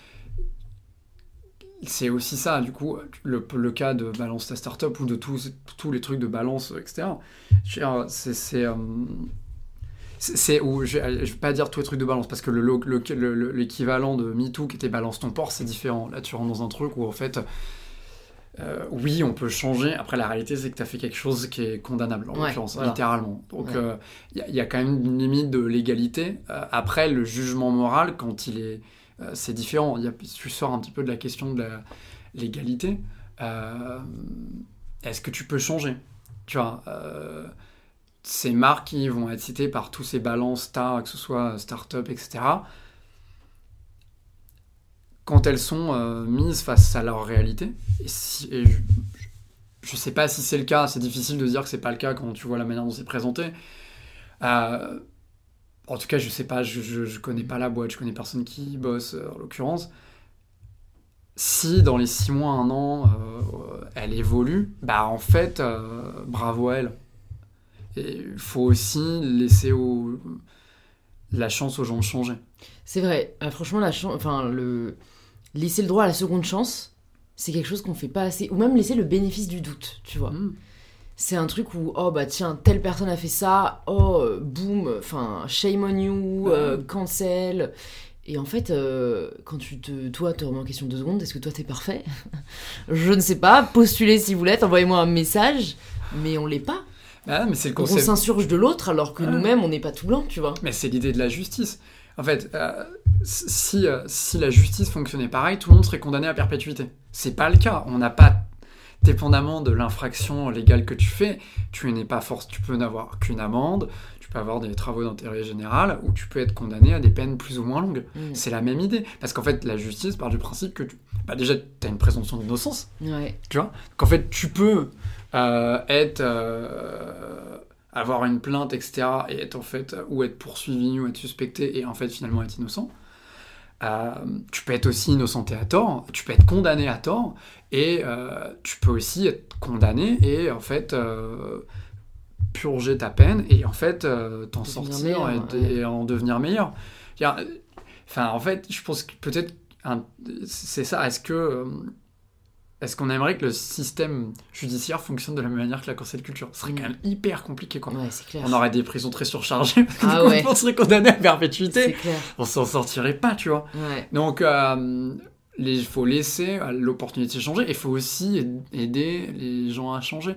c'est aussi ça, du coup, le, le cas de Balance ta Startup ou de tous, tous les trucs de balance, et cetera. C'est, c'est, euh, c'est, c'est où, je ne vais pas dire tous les trucs de balance, parce que le, le, le, l'équivalent de MeToo qui était Balance ton porc, c'est différent. Là, tu rentres dans un truc où, en fait, euh, oui, on peut changer. Après, la réalité, c'est que tu as fait quelque chose qui est condamnable, en ouais, l'occurrence, voilà. littéralement. Donc, il ouais. euh, y, y a quand même une limite de légalité. Euh, après, le jugement moral, quand il est... Euh, c'est différent. Il y a, tu sors un petit peu de la question de la l'égalité. Euh, est-ce que tu peux changer ? Tu vois, euh, ces marques qui vont être citées par tous ces balances stars, que ce soit start-up, et cetera, quand elles sont euh, mises face à leur réalité, et, si, et je ne sais pas si c'est le cas, c'est difficile de dire que c'est pas le cas quand tu vois la manière dont c'est présenté. Euh, En tout cas, je sais pas, je, je, je connais pas la boîte, je connais personne qui y bosse, euh, en l'occurrence. Si dans les six mois, un an, euh, elle évolue, bah en fait, euh, bravo à elle. Et il faut aussi laisser au, la chance aux gens de changer. C'est vrai, euh, franchement, la chan- enfin, le... laisser le droit à la seconde chance, c'est quelque chose qu'on fait pas assez. Ou même laisser le bénéfice du doute, tu vois. Mmh. C'est un truc où, oh bah tiens, telle personne a fait ça, oh, euh, boum, enfin, shame on you, euh, cancel. Et en fait, euh, quand tu te, toi, te remets en question deux secondes, est-ce que toi t'es parfait ? Je ne sais pas, postulez si vous l'êtes, envoyez-moi un message, mais on l'est pas. Ah, mais c'est le concept. On s'insurge de l'autre alors que ah. nous-mêmes, on n'est pas tout blanc, tu vois. Mais c'est l'idée de la justice. En fait, euh, si, euh, si la justice fonctionnait pareil, tout le monde serait condamné à perpétuité. C'est pas le cas, on n'a pas... Dépendamment de l'infraction légale que tu fais, tu n'es pas force, tu peux n'avoir qu'une amende, tu peux avoir des travaux d'intérêt général, ou tu peux être condamné à des peines plus ou moins longues. Mmh. C'est la même idée. Parce qu'en fait, la justice part du principe que tu... bah déjà, tu as une présomption d'innocence. Ouais. Tu vois ? Qu'en fait, tu peux euh, être... Euh, avoir une plainte, et cetera, et être en fait, ou être poursuivi, ou être suspecté, et en fait, finalement, être innocent. Euh, tu peux être aussi innocenté à tort, tu peux être condamné à tort, et euh, tu peux aussi être condamné et en fait euh, purger ta peine et en fait euh, t'en devenir sortir meilleur, et, ouais. et en devenir meilleur. Enfin, en fait, je pense que peut-être un, c'est ça. Est-ce que euh, est-ce qu'on aimerait que le système judiciaire fonctionne de la même manière que la cancel culture ? Ce serait quand même hyper compliqué, quoi. Ouais, c'est clair. On aurait des prisons très surchargées, parce que ah, du coup, ouais. on serait condamné à perpétuité. C'est clair. On s'en sortirait pas, tu vois. Ouais. Donc, euh, il faut laisser l'opportunité de changer, et il faut aussi aider les gens à changer.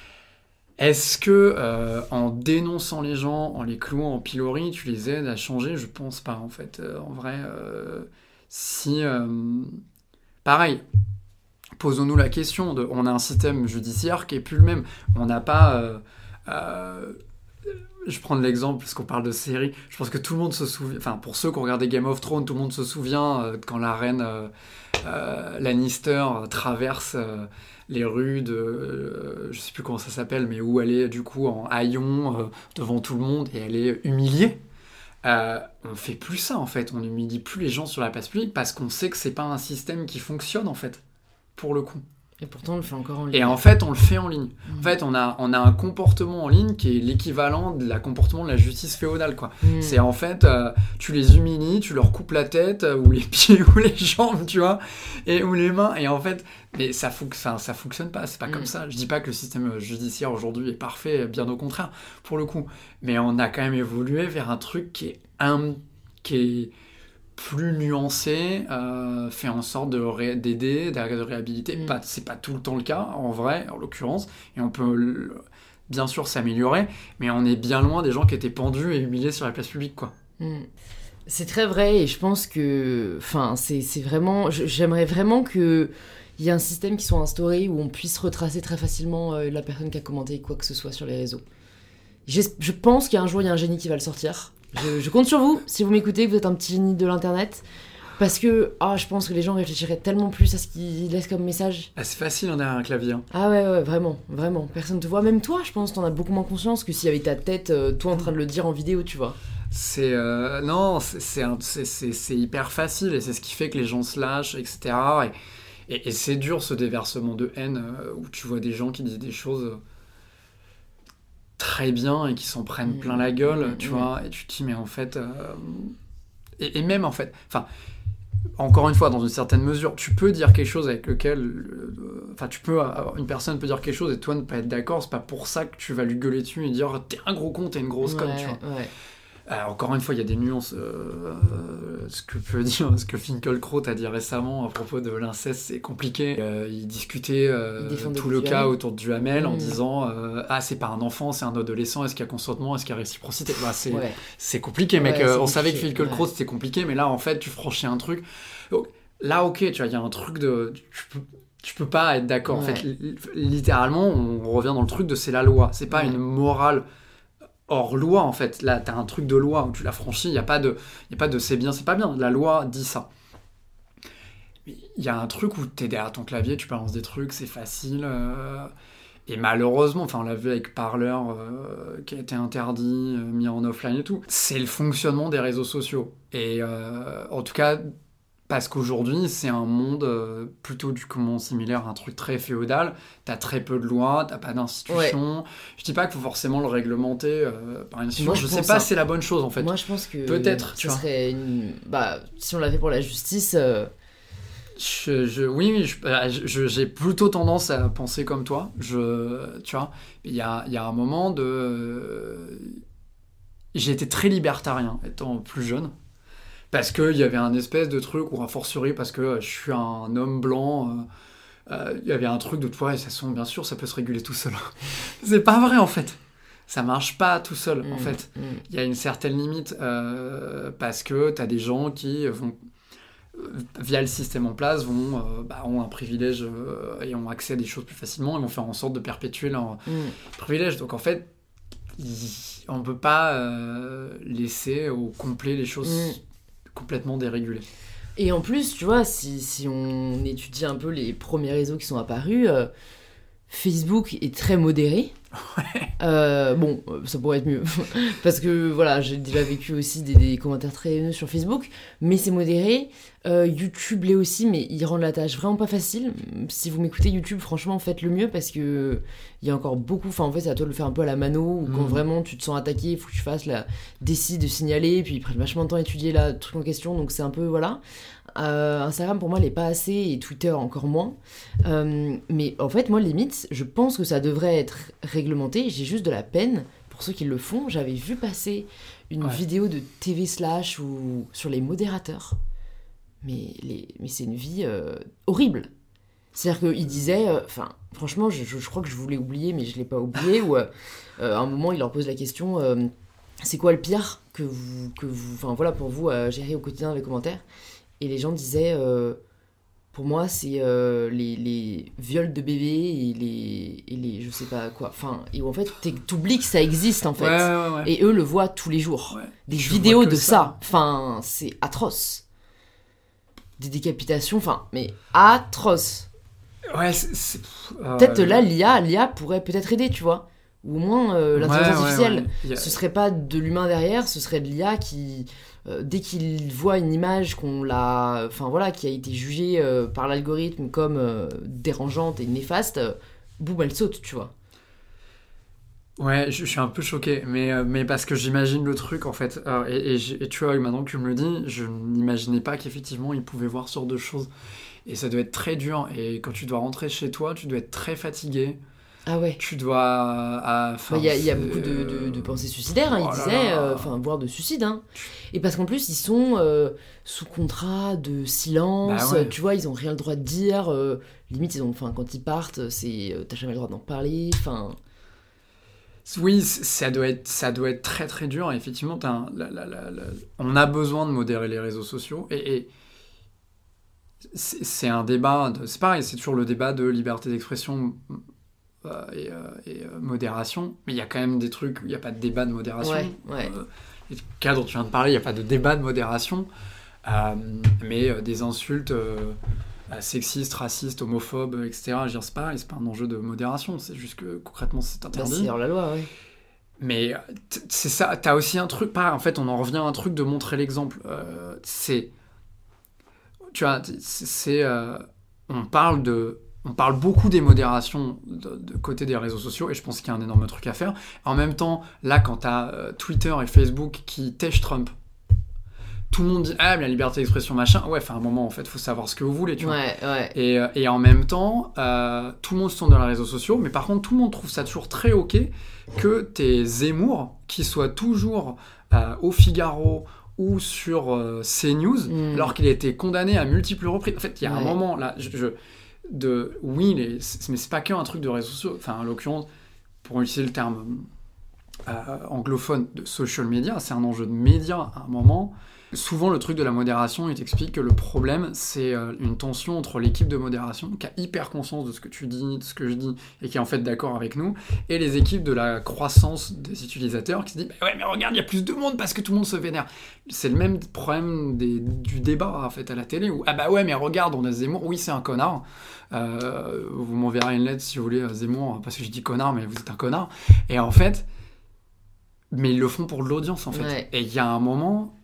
Est-ce que, euh, en dénonçant les gens, en les clouant en pilori, tu les aides à changer ? Je pense pas, en fait. Euh, en vrai, euh, si... Euh, pareil... Posons-nous la question de, on a un système judiciaire qui est plus le même. On n'a pas, euh, euh, je prends l'exemple parce qu'on parle de séries. Je pense que tout le monde se souvient. Enfin, pour ceux qui ont regardé Game of Thrones, tout le monde se souvient euh, quand la reine euh, euh, Lannister traverse euh, les rues de, euh, je sais plus comment ça s'appelle, mais où elle est du coup en haillons euh, devant tout le monde et elle est humiliée. Euh, on fait plus ça en fait, on n'humilie plus les gens sur la place publique parce qu'on sait que c'est pas un système qui fonctionne en fait, pour le coup. Et pourtant on le fait encore en ligne. Et en fait on le fait en ligne. Mmh. En fait on a, on a un comportement en ligne qui est l'équivalent de la comportement de la justice féodale quoi. Mmh. C'est en fait, euh, tu les humilies, tu leur coupes la tête, euh, ou les pieds, ou les jambes, tu vois, et, ou les mains, et en fait, mais ça, fou- ça, ça fonctionne pas, c'est pas mmh. comme ça. Je dis pas que le système judiciaire aujourd'hui est parfait, bien au contraire, pour le coup. Mais on a quand même évolué vers un truc qui est, un, qui est plus nuancé, euh, fait en sorte de ré- d'aider, de réhabiliter. Mmh. Pas, c'est pas tout le temps le cas, en vrai, en l'occurrence, et on peut le, bien sûr s'améliorer, mais on est bien loin des gens qui étaient pendus et humiliés sur la place publique, quoi. Mmh. C'est très vrai, et je pense que, enfin, c'est, c'est vraiment, j'aimerais vraiment que il y ait un système qui soit instauré où on puisse retracer très facilement euh, la personne qui a commenté quoi que ce soit sur les réseaux. Je, je pense qu'un jour il y a un génie qui va le sortir. Je, je compte sur vous, si vous m'écoutez, que vous êtes un petit génie de l'internet, parce que ah, je pense que les gens réfléchiraient tellement plus à ce qu'ils laissent comme message. Ah, c'est facile en derrière un clavier. Hein. Ah ouais, ouais, vraiment, vraiment. Personne te voit, même toi, je pense, t'en as beaucoup moins conscience que s'il y avait ta tête, euh, toi en train de le dire en vidéo, tu vois. C'est euh, non, c'est, c'est, un, c'est, c'est, c'est hyper facile et c'est ce qui fait que les gens se lâchent, et cetera. Et, et, et c'est dur ce déversement de haine euh, où tu vois des gens qui disent des choses très bien et qui s'en prennent plein la gueule, mmh, tu mmh. vois, et tu te dis mais en fait euh... et, et même en fait enfin encore une fois dans une certaine mesure tu peux dire quelque chose avec lequel enfin euh, tu peux une personne peut dire quelque chose et toi ne pas être d'accord, c'est pas pour ça que tu vas lui gueuler dessus et dire t'es un gros con, t'es une grosse ouais, conne, tu vois. Ouais. Euh, encore une fois, il y a des nuances. Euh, euh, ce que peut dire, ce que Finkielkraut a dit récemment à propos de l'inceste, c'est compliqué. Euh, il discutait euh, il tout le cas Duhamel. Autour de Duhamel mmh. en disant euh, ah c'est pas un enfant, c'est un adolescent. Est-ce qu'il y a consentement, est-ce qu'il y a réciprocité. Bah, c'est ouais. c'est compliqué, mec. Ouais, c'est on compliqué. Savait que Finkielkraut ouais. c'était compliqué, mais là en fait tu franchis un truc. Donc, là ok, tu vois, il y a un truc de. Tu peux, tu peux pas être d'accord. Ouais. En fait, littéralement, on revient dans le truc de c'est la loi. C'est pas ouais. une morale. Hors loi en fait, là t'as un truc de loi où tu l'as franchi, il n'y a pas de y a pas de c'est bien, c'est pas bien, la loi dit ça. Il y a un truc où t'es derrière ton clavier, tu balances des trucs, c'est facile, euh, et malheureusement, enfin on l'a vu avec Parler euh, qui a été interdit, euh, mis en offline et tout, c'est le fonctionnement des réseaux sociaux, et euh, en tout cas parce qu'aujourd'hui, c'est un monde euh, plutôt du comment similaire à un truc très féodal. T'as très peu de lois, t'as pas d'institutions. Ouais. Je dis pas qu'il faut forcément le réglementer euh, par une institution. Je, je sais pas si c'est la bonne chose en fait. Moi, je pense que peut-être. Ce serait une... bah, si on l'avait pour la justice. Euh... Je, je, oui, oui, je, je, j'ai plutôt tendance à penser comme toi. Je, tu vois, il y a, il y a un moment de. Euh... J'ai été très libertarien étant plus jeune. Parce qu'il y avait un espèce de truc, ou a fortiori parce que je suis un homme blanc, il euh, euh, y avait un truc de toi, et ça sont, bien sûr, ça peut se réguler tout seul. C'est pas vrai, en fait. Ça marche pas tout seul, mmh, en fait. Il mmh. y a une certaine limite, euh, parce que t'as des gens qui vont, via le système en place, vont, euh, bah, ont un privilège euh, et ont accès à des choses plus facilement, et vont faire en sorte de perpétuer leur mmh. privilège. Donc, en fait, y, on peut pas euh, laisser au complet les choses... Mmh. complètement dérégulé. Et en plus, tu vois, si, si on étudie un peu les premiers réseaux qui sont apparus, euh, Facebook est très modéré. Ouais. Euh, bon, ça pourrait être mieux. Parce que, voilà, j'ai déjà vécu aussi des, des commentaires très haineux sur Facebook, mais c'est modéré. Euh, YouTube l'est aussi, mais il rend la tâche vraiment pas facile. Si vous m'écoutez YouTube, franchement, faites le mieux, parce que il y a encore beaucoup... Enfin, en fait, c'est à toi de le faire un peu à la mano, ou mmh. quand vraiment tu te sens attaqué, il faut que tu fasses la décide de signaler, puis ils prennent vachement de temps à étudier le truc en question, donc c'est un peu... Voilà. Euh, Instagram, pour moi, l'est pas assez, et Twitter encore moins. Euh, mais en fait, moi, limite, je pense que ça devrait être réglementé. J'ai juste de la peine pour ceux qui le font. J'avais vu passer une ouais. vidéo de T V Slash ou sur les modérateurs. Mais, les, mais c'est une vie euh, horrible. C'est-à-dire qu'il disait... Enfin, euh, franchement, je, je, je crois que je voulais oublier, mais je l'ai pas oublié. Ou euh, à un moment, il leur pose la question... Euh, c'est quoi le pire que vous... Que vous enfin, voilà, pour vous, à gérer au quotidien dans les commentaires. Et les gens disaient... Euh, pour moi, c'est euh, les, les viols de bébés et les, et les... Je sais pas quoi. Enfin, et où en fait, t'oublies que ça existe, en fait. Ouais, ouais, ouais. Et eux le voient tous les jours. Ouais. Des Je vidéos de ça. ça. Enfin, c'est atroce. Des décapitations, enfin, mais atroce. Ouais, c'est... c'est... Euh... Peut-être là, l'I A, l'I A pourrait peut-être aider, tu vois. ou au moins euh, l'intelligence ouais, artificielle. Ouais, ouais. A... Ce serait pas de l'humain derrière, ce serait de l'I A qui, euh, dès qu'il voit une image qu'on l'a, enfin voilà, qui a été jugée euh, par l'algorithme comme euh, dérangeante et néfaste, euh, boum, elle saute, tu vois. Ouais, je, je suis un peu choqué, mais, euh, mais parce que j'imagine le truc en fait. Euh, et, et, et tu vois, maintenant que tu me le dis, je n'imaginais pas qu'effectivement il pouvait voir ce genre de choses. Et ça doit être très dur. Et quand tu dois rentrer chez toi, tu dois être très fatigué. Ah ouais. Tu dois. Il bah, y, y a beaucoup de, de, de pensées suicidaires, hein, oh il disait, enfin, euh, voire de suicide. Hein. Et parce qu'en plus, ils sont euh, sous contrat de silence. Bah ouais. Tu vois, ils ont rien le droit de dire. Euh, limite, ils ont, quand ils partent, c'est, euh, t'as jamais le droit d'en parler. Enfin. Oui, ça doit être, ça doit être très très dur. Et effectivement, t'as un, la, la, la, la... on a besoin de modérer les réseaux sociaux. Et, et c'est, c'est un débat. De, c'est pareil, c'est toujours le débat de liberté d'expression. Euh, et, euh, et euh, modération, mais il y a quand même des trucs où il n'y a pas de débat de modération. Ouais, ouais. Euh, les cas dont tu viens de parler, il n'y a pas de débat de modération, euh, mais euh, des insultes euh, sexistes, racistes, homophobes, et cetera. Je veux dire, c'est pareil, c'est pas un enjeu de modération, c'est juste que concrètement c'est interdit. Bah, c'est hors la loi, oui. Mais t- c'est ça, t'as aussi un truc, pareil, en fait, on en revient à un truc de montrer l'exemple. Euh, c'est. Tu vois, c'est. c'est euh, on parle de. On parle beaucoup des modérations de, de côté des réseaux sociaux et je pense qu'il y a un énorme truc à faire. En même temps, là, quand t'as euh, Twitter et Facebook qui tèchent Trump, tout le monde dit « Ah, mais la liberté d'expression, machin. » Ouais, enfin, à un moment, en fait, il faut savoir ce que vous voulez, tu vois. Ouais, ouais. Et, euh, et en même temps, euh, tout le monde se tourne dans les réseaux sociaux, mais par contre, tout le monde trouve ça toujours très OK que tes Zemmour, qui soient toujours euh, au Figaro ou sur euh, CNews, mm. alors qu'il a été condamné à multiples reprises. En fait, il y a ouais. un moment, là, je... je de oui les, mais c'est pas qu'un truc de réseaux sociaux, enfin en l'occurrence pour utiliser le terme euh, anglophone de social media, c'est un enjeu de médias à un moment. Souvent le truc de la modération, il t'explique que le problème c'est euh, une tension entre l'équipe de modération qui a hyper conscience de ce que tu dis, de ce que je dis et qui est en fait d'accord avec nous, et les équipes de la croissance des utilisateurs qui se disent bah ouais mais regarde il y a plus de monde parce que tout le monde se vénère. C'est le même problème des, du débat en fait à la télé où ah bah ouais mais regarde on a Zemmour, oui c'est un connard, euh, vous m'enverrez une lettre si vous voulez Zemmour parce que je dis connard mais vous êtes un connard, et en fait mais ils le font pour l'audience en fait ouais. Et il y a un moment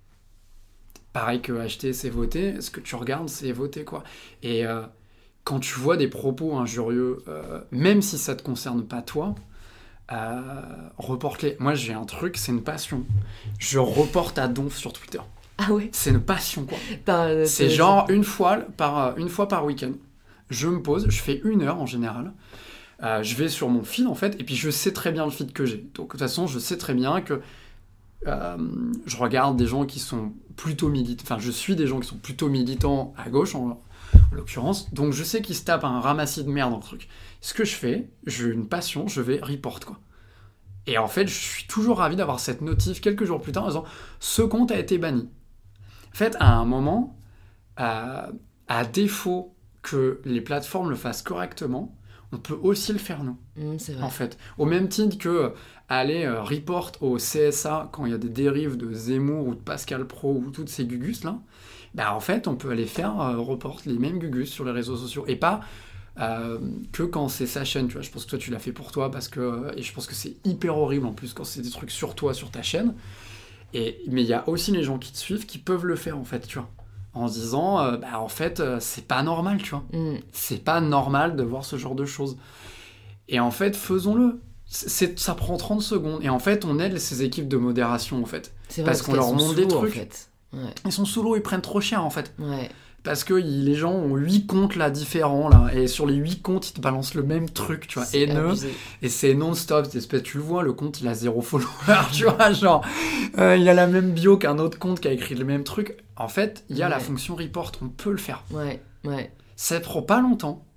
pareil que acheter, c'est voter. Ce que tu regardes, c'est voter, quoi. Et euh, quand tu vois des propos injurieux, euh, même si ça te concerne pas toi, euh, reporte-les. Moi, j'ai un truc, c'est une passion. Je reporte à donf sur Twitter. Ah ouais. C'est une passion, quoi. T'as, c'est genre une fois par, une fois par week-end. Je me pose, je fais une heure en général. Euh, je vais sur mon feed, en fait, et puis je sais très bien le feed que j'ai. Donc, de toute façon, je sais très bien que Euh, je regarde des gens qui sont plutôt militants, enfin je suis des gens qui sont plutôt militants à gauche en, en l'occurrence, donc je sais qu'ils se tapent un ramassis de merde dans le truc. Ce que je fais, j'ai une passion, je vais report quoi. Et en fait je suis toujours ravi d'avoir cette notif quelques jours plus tard en disant ce compte a été banni. En fait à un moment, à, à défaut que les plateformes le fassent correctement, on peut aussi le faire nous. Mmh, c'est vrai. En fait, au même titre que aller euh, report au C S A quand il y a des dérives de Zemmour ou de Pascal Pro ou toutes ces gugus là, bah en fait on peut aller faire euh, report les mêmes gugus sur les réseaux sociaux et pas euh, que quand c'est sa chaîne, tu vois. Je pense que toi tu l'as fait pour toi parce que et je pense que c'est hyper horrible en plus quand c'est des trucs sur toi sur ta chaîne. Et mais il y a aussi les gens qui te suivent qui peuvent le faire en fait, tu vois. En se disant, euh, bah en fait, euh, c'est pas normal, tu vois. Mm. C'est pas normal de voir ce genre de choses. Et en fait, faisons-le. C'est, ça prend trente secondes. Et en fait, on aide ces équipes de modération, en fait. C'est vrai, parce, parce qu'on leur montre des trucs. En fait. Ouais. Ils sont sous l'eau, ils prennent trop cher, en fait. Ouais. Parce que il, les gens ont huit comptes, là, différents, là. Et sur les huit comptes, ils te balancent le même truc, tu vois. C'est haineux. Abusé. Et c'est non-stop. Espèce, tu le vois, le compte, il a zéro follower, tu vois. Genre, euh, il a la même bio qu'un autre compte qui a écrit le même truc. En fait, il y a ouais. la fonction report, on peut le faire. Ouais, ouais. Ça prend pas longtemps.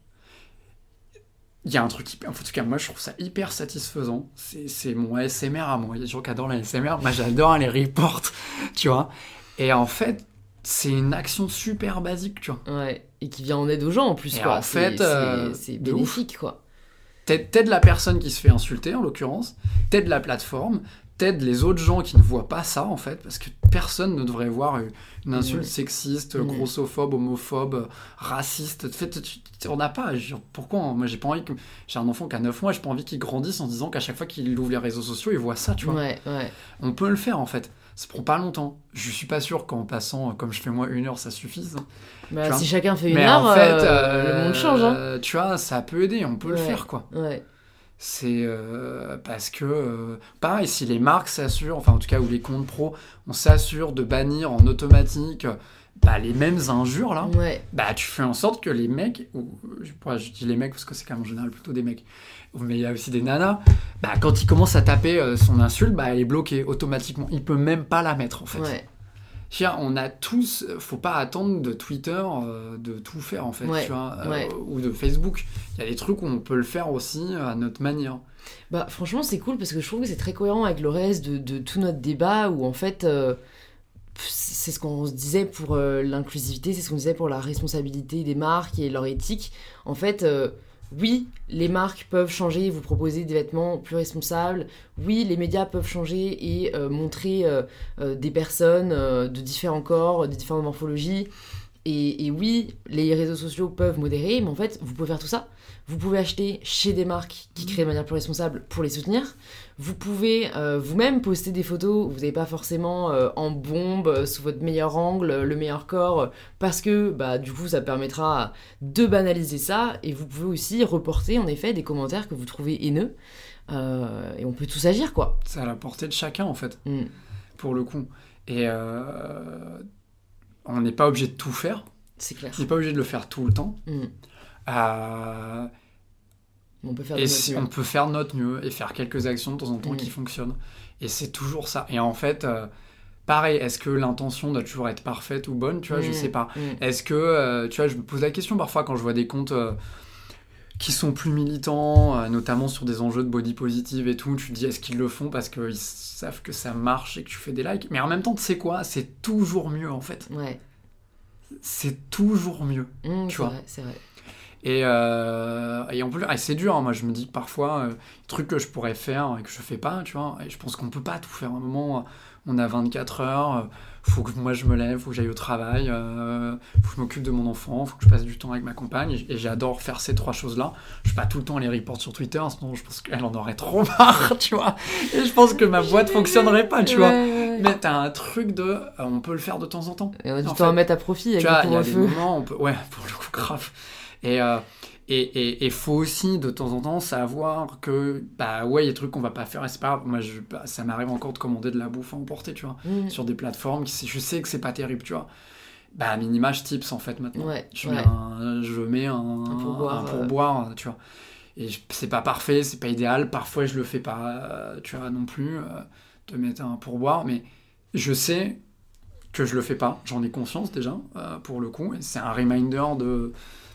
Il y a un truc hyper... En tout cas, moi, je trouve ça hyper satisfaisant. C'est, c'est mon A S M R à moi. Il y a des gens qui adorent la A S M R. Moi, j'adore les reports, tu vois. Et en fait, c'est une action super basique, tu vois. Ouais, et qui vient en aide aux gens, en plus, et quoi. En fait, c'est, euh, c'est, c'est bénéfique, quoi. T'aides, t'aides la personne qui se fait insulter, en l'occurrence. T'aides la plateforme. t'aides les autres gens qui ne voient pas ça, en fait, parce que personne ne devrait voir une insulte mmh. sexiste, mmh. grossophobe, homophobe, raciste. En fait, tu, tu, on n'a pas. Genre, pourquoi moi, j'ai pas envie que... J'ai un enfant qui a neuf mois, j'ai pas envie qu'il grandisse en disant qu'à chaque fois qu'il ouvre les réseaux sociaux, il voit ça, tu vois. Ouais, ouais. On peut le faire, en fait. Ça prend pas longtemps. Je suis pas sûr qu'en passant, comme je fais moi, une heure, ça suffise. Bah, si chacun fait une Mais heure, en fait, euh, euh, le monde change. Hein. Tu vois, ça peut aider, on peut ouais. le faire, quoi. Ouais. C'est euh, parce que, euh, pareil, si les marques s'assurent, enfin en tout cas, ou les comptes pro, on s'assure de bannir en automatique bah, les mêmes injures, là, ouais. bah tu fais en sorte que les mecs, ou je, je dis les mecs parce que c'est quand même en général plutôt des mecs, mais il y a aussi des nanas, bah quand ils commencent à taper euh, son insulte, bah elle est bloquée automatiquement. Il peut même pas la mettre, en fait. Ouais. On a tous, faut pas attendre de Twitter euh, de tout faire, en fait, ouais, tu vois, euh, ouais. ou de Facebook. Il y a des trucs où on peut le faire aussi à notre manière. Bah franchement c'est cool parce que je trouve que c'est très cohérent avec le reste de, de tout notre débat où en fait euh, c'est ce qu'on se disait pour euh, l'inclusivité, c'est ce qu'on disait pour la responsabilité des marques et leur éthique. En fait euh, oui, les marques peuvent changer et vous proposer des vêtements plus responsables. Oui, les médias peuvent changer et euh, montrer euh, euh, des personnes euh, de différents corps, de différentes morphologies. Et, et oui, les réseaux sociaux peuvent modérer, mais en fait, vous pouvez faire tout ça. Vous pouvez acheter chez des marques qui créent de manière plus responsable pour les soutenir. Vous pouvez euh, vous-même poster des photos où vous n'avez pas forcément euh, en bombe, euh, sous votre meilleur angle, le meilleur corps, euh, parce que bah, du coup, ça permettra de banaliser ça. Et vous pouvez aussi reporter, en effet, des commentaires que vous trouvez haineux. Euh, et on peut tous agir, quoi. C'est à la portée de chacun, en fait, mm. pour le coup. Et euh, on n'est pas obligé de tout faire. C'est clair. On n'est pas obligé de le faire tout le temps. Mm. Euh... On peut faire et de si notre mieux. On peut faire de notre mieux et faire quelques actions de temps en temps mmh. qui fonctionnent. Et c'est toujours ça. Et en fait, euh, pareil, est-ce que l'intention doit toujours être parfaite ou bonne ? Tu vois, mmh. je sais pas. Mmh. Est-ce que, euh, tu vois, je me pose la question parfois quand je vois des comptes euh, qui sont plus militants, euh, notamment sur des enjeux de body positive et tout, tu te dis, est-ce qu'ils le font parce qu'ils savent que ça marche et que tu fais des likes ? Mais en même temps, tu sais quoi ? C'est toujours mieux, en fait. Ouais. C'est toujours mieux, mmh, tu c'est vois. Vrai, c'est vrai. Et, euh, et on peut, et c'est dur, hein. Moi je me dis que parfois, euh, trucs que je pourrais faire et que je fais pas, tu vois, et je pense qu'on peut pas tout faire. À un moment, on a vingt-quatre heures, faut que moi je me lève, faut que j'aille au travail, euh, faut que je m'occupe de mon enfant, faut que je passe du temps avec ma compagne, et, et j'adore faire ces trois choses-là. Je fais pas tout le temps les reports sur Twitter, sinon je pense qu'elle en aurait trop marre, tu vois, et je pense que ma boîte fonctionnerait pas, tu vois. Ouais, ouais. Mais t'as un truc de, euh, on peut le faire de temps en temps. Et on a du temps à mettre à profit avec tu vois, le couvre-feu. Il y a des moments, on peut, ouais, pour le coup, grave. Et euh, et et et faut aussi de temps en temps savoir que bah ouais, il y a des trucs qu'on va pas faire et c'est pas grave. Moi je bah, ça m'arrive encore de commander de la bouffe à emporter, tu vois, mmh. sur des plateformes qui je sais que c'est pas terrible, tu vois. Bah minima je tips en fait maintenant. Ouais, je ouais. mets un je mets un, un pourboire, un pourboire euh... tu vois. Et je, c'est pas parfait, c'est pas idéal, parfois je le fais pas euh, tu vois non plus euh, de mettre un pourboire, mais je sais que je le fais pas, j'en ai conscience déjà euh, pour le coup, et c'est un reminder de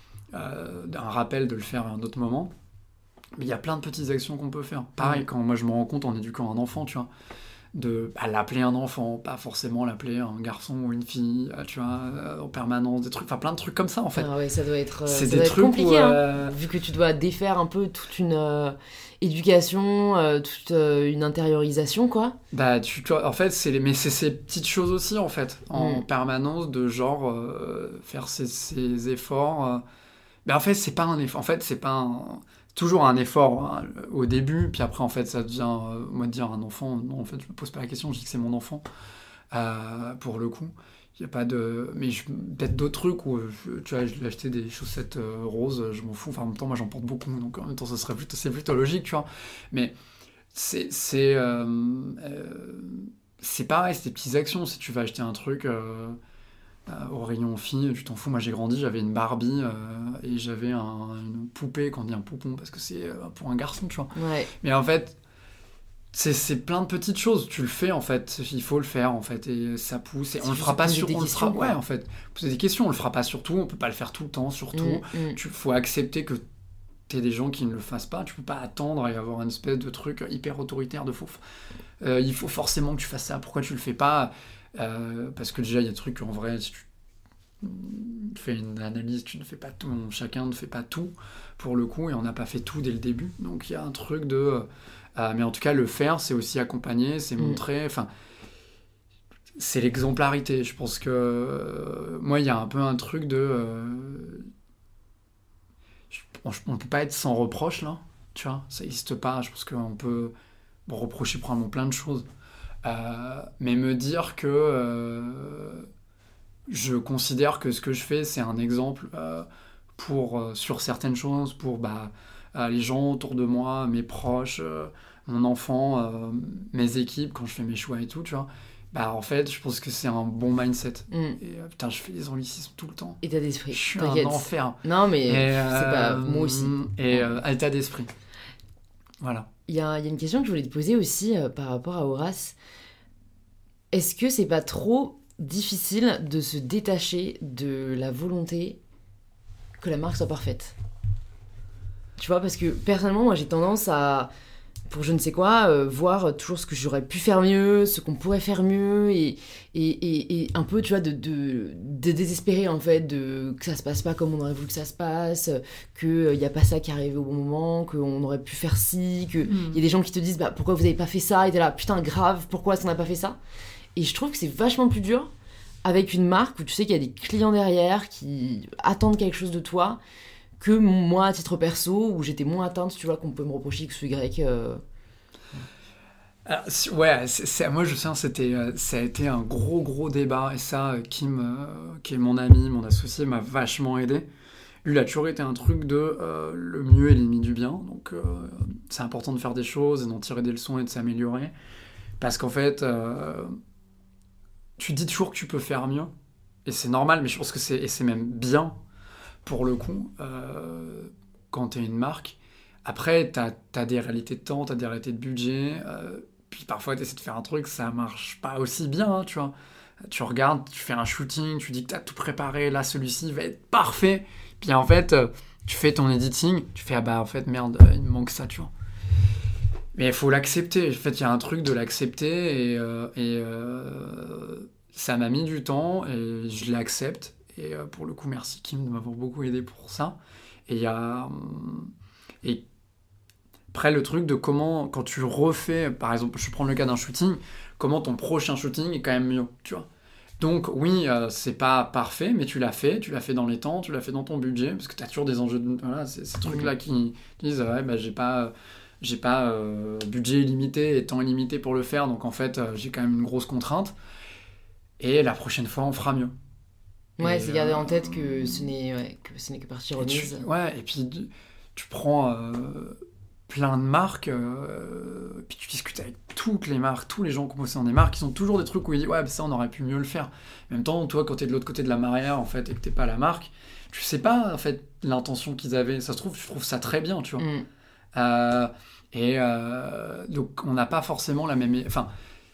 Euh, un rappel de le faire à un autre moment. Mais il y a plein de petites actions qu'on peut faire. Pareil, mmh. quand moi je me rends compte en éduquant un enfant, tu vois, de bah, l'appeler un enfant, pas forcément l'appeler un garçon ou une fille, tu vois, euh, en permanence, des trucs, enfin plein de trucs comme ça en fait. Ah ouais, ça doit être, c'est ça des doit trucs être compliqué, où, euh... hein, vu que tu dois défaire un peu toute une euh, éducation, euh, toute euh, une intériorisation, quoi. Bah, tu, tu vois, en fait, c'est les, mais c'est ces petites choses aussi en fait, en mmh. permanence, de genre euh, faire ces, ces efforts. Euh... Mais en fait, c'est pas un effort. En fait, c'est pas un... toujours un effort hein, au début, puis après, en fait, ça devient, euh, moi, de dire un enfant. Non, en fait, je me pose pas la question. Je dis que c'est mon enfant euh, pour le coup. Il y a pas de, mais je... peut-être d'autres trucs où, je... tu vois, je lui ai acheté des chaussettes euh, roses. Je m'en fous. Enfin, en même temps, moi, j'en porte beaucoup, donc en même temps, ça serait plutôt, c'est plutôt logique, tu vois. Mais c'est, c'est, euh... Euh... c'est pareil, c'est des petites actions. Si tu vas acheter un truc. Euh... Euh, au rayon filles, tu t'en fous, moi j'ai grandi, j'avais une Barbie euh, et j'avais un, une poupée, qu'on dit un poupon parce que c'est euh, pour un garçon, tu vois. Ouais. Mais en fait, c'est, c'est plein de petites choses, tu le fais en fait, il faut le faire en fait, et ça pousse, et on le fera pas sur... On le fera, ouais, en fait, poser des questions, on le fera pas sur tout, on peut pas le faire tout le temps, surtout, mmh, mmh. Tu faut accepter que t'es des gens qui ne le fassent pas, tu peux pas attendre et avoir une espèce de truc hyper autoritaire de fou. Euh, il faut forcément que tu fasses ça, pourquoi tu le fais pas ? Euh, parce que déjà il y a des trucs en vrai tu... fais une analyse, tu ne fais pas tout, chacun ne fait pas tout pour le coup, et on n'a pas fait tout dès le début. Donc il y a un truc de... Euh, mais en tout cas, le faire, c'est aussi accompagner, c'est montrer... Enfin, c'est l'exemplarité. Je pense que... Euh, moi, il y a un peu un truc de... Euh, je, on ne peut pas être sans reproche, là. Tu vois, ça n'existe pas. Je pense qu'on peut bon, reprocher probablement plein de choses. Euh, mais me dire que... Euh, je considère que ce que je fais, c'est un exemple euh, pour, euh, sur certaines choses, pour bah, euh, les gens autour de moi, mes proches, euh, mon enfant, euh, mes équipes, quand je fais mes choix et tout, tu vois. Bah, en fait, je pense que c'est un bon mindset. Mm. Et euh, putain, je fais des anglicismes tout le temps. État d'esprit. Je suis T'inquiète. un enfer. Non, mais et, c'est euh, pas... Moi aussi. Et euh, état d'esprit. Voilà. Il y a, y a une question que je voulais te poser aussi euh, par rapport à Horace. Est-ce que c'est pas trop... difficile de se détacher de la volonté que la marque soit parfaite? Tu vois, parce que personnellement, moi j'ai tendance à, pour je ne sais quoi, euh, voir toujours ce que j'aurais pu faire mieux, ce qu'on pourrait faire mieux, et, et, et, et un peu, tu vois, de, de, de désespérer en fait, de, que ça se passe pas comme on aurait voulu que ça se passe, qu'il n'y a pas ça qui arrive au bon moment, qu'on aurait pu faire ci, qu'il mm. y a des gens qui te disent bah, pourquoi vous n'avez pas fait ça, et t'es là, putain, grave, pourquoi est-ce qu'on n'a pas fait ça? Et je trouve que c'est vachement plus dur avec une marque où tu sais qu'il y a des clients derrière qui attendent quelque chose de toi que moi, à titre perso, où j'étais moins atteinte, tu vois, qu'on peut me reprocher X ou Y. Euh... Alors, ouais, c'est, c'est, moi je sais, c'était, ça a été un gros gros débat, et ça, Kim, euh, qui est mon ami, mon associé, m'a vachement aidé. Lui, il a toujours été un truc de euh, le mieux est l'ennemi du bien, donc euh, c'est important de faire des choses et d'en tirer des leçons et de s'améliorer. Parce qu'en fait... Euh, tu dis toujours que tu peux faire mieux, et c'est normal, mais je pense que c'est, et c'est même bien, pour le coup, euh, quand t'es une marque. Après, t'as, t'as des réalités de temps, t'as des réalités de budget, euh, puis parfois t'essaies de faire un truc, ça marche pas aussi bien, hein, tu vois. Tu regardes, tu fais un shooting, tu dis que t'as tout préparé, là, celui-ci va être parfait, puis en fait, euh, tu fais ton editing, tu fais, ah bah, en fait, merde, il me manque ça, tu vois. Mais il faut l'accepter. En fait, il y a un truc de l'accepter, et, euh, et euh, ça m'a mis du temps, et je l'accepte. Et euh, pour le coup, merci Kim de m'avoir beaucoup aidé pour ça. Et il y a... Et après, le truc de comment, quand tu refais, par exemple, je prends le cas d'un shooting, comment ton prochain shooting est quand même mieux, tu vois. Donc oui, euh, c'est pas parfait, mais tu l'as fait, tu l'as fait dans les temps, tu l'as fait dans ton budget, parce que tu as toujours des enjeux de... Voilà, c'est ces trucs-là qui disent, ouais, bah j'ai pas... J'ai pas euh, budget illimité et temps illimité pour le faire, donc en fait, euh, j'ai quand même une grosse contrainte. Et la prochaine fois, on fera mieux. Ouais, et, c'est garder euh, en tête que ce n'est, ouais, que ce n'est que partie remise. Tu, ouais, et puis tu, tu prends euh, plein de marques, euh, puis tu discutes avec toutes les marques, tous les gens qui bossent dans des marques, qui ont toujours des trucs où ils disent « Ouais, bah ça, on aurait pu mieux le faire. » En même temps, toi, quand t'es de l'autre côté de la barrière, en fait, et que t'es pas la marque, tu sais pas, en fait, l'intention qu'ils avaient. Ça se trouve, tu trouves ça très bien, tu vois. Mm. Euh, et euh, donc on n'a pas forcément la même, enfin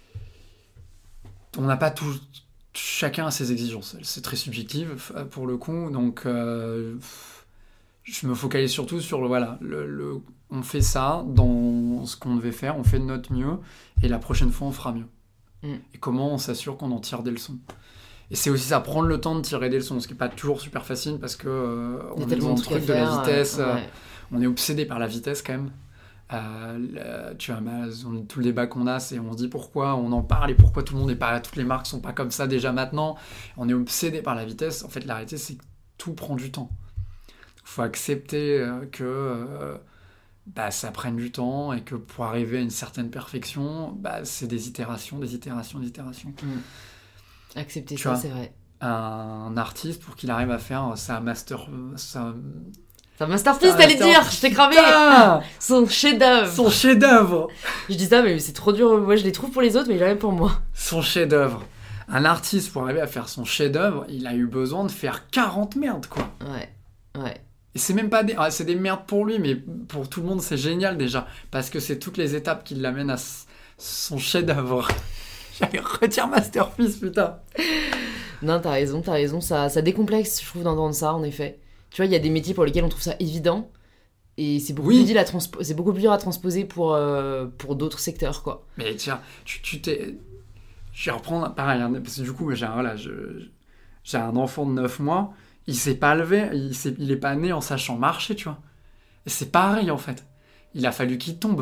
on n'a pas tout, chacun a ses exigences, c'est très subjectif pour le coup, donc euh, je me focalise surtout sur le, voilà, le, le, on fait ça dans ce qu'on devait faire, on fait de notre mieux, et la prochaine fois on fera mieux. Mm. Et comment on s'assure qu'on en tire des leçons. Et c'est aussi ça, prendre le temps de tirer des leçons, ce qui n'est pas toujours super facile, parce que euh, on est dans le truc de la vitesse, ouais. euh, on est obsédé par la vitesse quand même. Euh, tu vois, on, tout le débat qu'on a, c'est on se dit pourquoi on en parle et pourquoi tout le monde n'est pas là, toutes les marques sont pas comme ça déjà maintenant. On est obsédé par la vitesse. En fait, la réalité, c'est que tout prend du temps. Il faut accepter euh, que euh, bah, ça prenne du temps et que pour arriver à une certaine perfection, bah, c'est des itérations, des itérations, des itérations. Mmh. Accepter tu ça, vois, c'est vrai. Un artiste, pour qu'il arrive à faire sa master... Sa, Sa masterpiece, t'allais dire, je t'ai cramé. Ah, son chef-d'œuvre. Son chef-d'œuvre. Je dis ça, mais c'est trop dur. Moi, je les trouve pour les autres, mais jamais pour moi. Son chef-d'œuvre. Un artiste, pour arriver à faire son chef-d'œuvre, il a eu besoin de faire quarante merdes, quoi. Ouais, ouais. Et c'est même pas des... c'est des merdes pour lui, mais pour tout le monde, c'est génial déjà. Parce que c'est toutes les étapes qui l'amènent à son chef-d'œuvre. J'allais redire masterpiece, putain. Non, t'as raison, t'as raison. Ça, ça décomplexe, je trouve, d'entendre ça, en effet. Tu vois, il y a des métiers pour lesquels on trouve ça évident, et c'est beaucoup, oui. plus, dur à transpo- c'est beaucoup plus dur à transposer pour, euh, pour d'autres secteurs, quoi. Mais tiens, tu, tu t'es... Je vais reprendre pareil, hein, parce que du coup, j'ai, voilà, je, J'ai un enfant de neuf mois, il s'est pas levé, il, s'est, il est pas né en sachant marcher, tu vois. Et c'est pareil, en fait. Il a fallu qu'il tombe.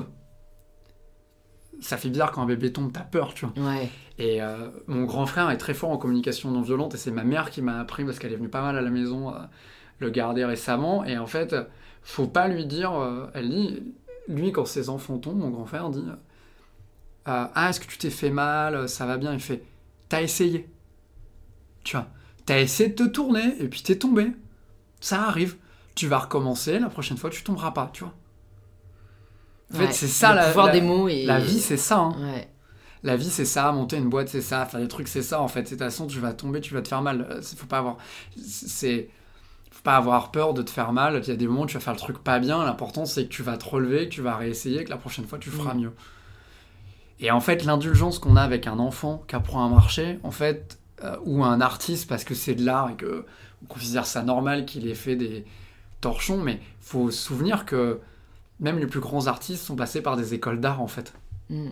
Ça fait bizarre quand un bébé tombe, t'as peur, tu vois. Ouais. Et euh, mon grand frère est très fort en communication non violente, et c'est ma mère qui m'a appris, parce qu'elle est venue pas mal à la maison euh, le garder récemment. Et en fait, faut pas lui dire... Euh, elle dit... Lui, quand ses enfants tombent, mon grand frère dit... Euh, ah, est-ce que tu t'es fait mal? Ça va bien? Il fait... T'as essayé. Tu vois. T'as essayé de te tourner, et puis t'es tombé. Ça arrive. Tu vas recommencer, la prochaine fois, tu tomberas pas, tu vois. En ouais, fait, c'est ça, le la, pouvoir la, des mots et... la vie, c'est ça. Hein. Ouais. La vie, c'est ça. Monter une boîte, c'est ça. Faire des trucs, c'est ça, en fait. C'est de toute façon, tu vas tomber, tu vas te faire mal. Faut pas avoir... C'est... Faut pas avoir peur de te faire mal. Il y a des moments où tu vas faire le truc pas bien. L'important, c'est que tu vas te relever, que tu vas réessayer, que la prochaine fois, tu feras mmh. mieux. Et en fait, l'indulgence qu'on a avec un enfant qui apprend à marcher, en fait... Euh, ou un artiste parce que c'est de l'art et que on considère ça normal qu'il ait fait des torchons, mais faut se souvenir que même les plus grands artistes sont passés par des écoles d'art en fait. Mmh.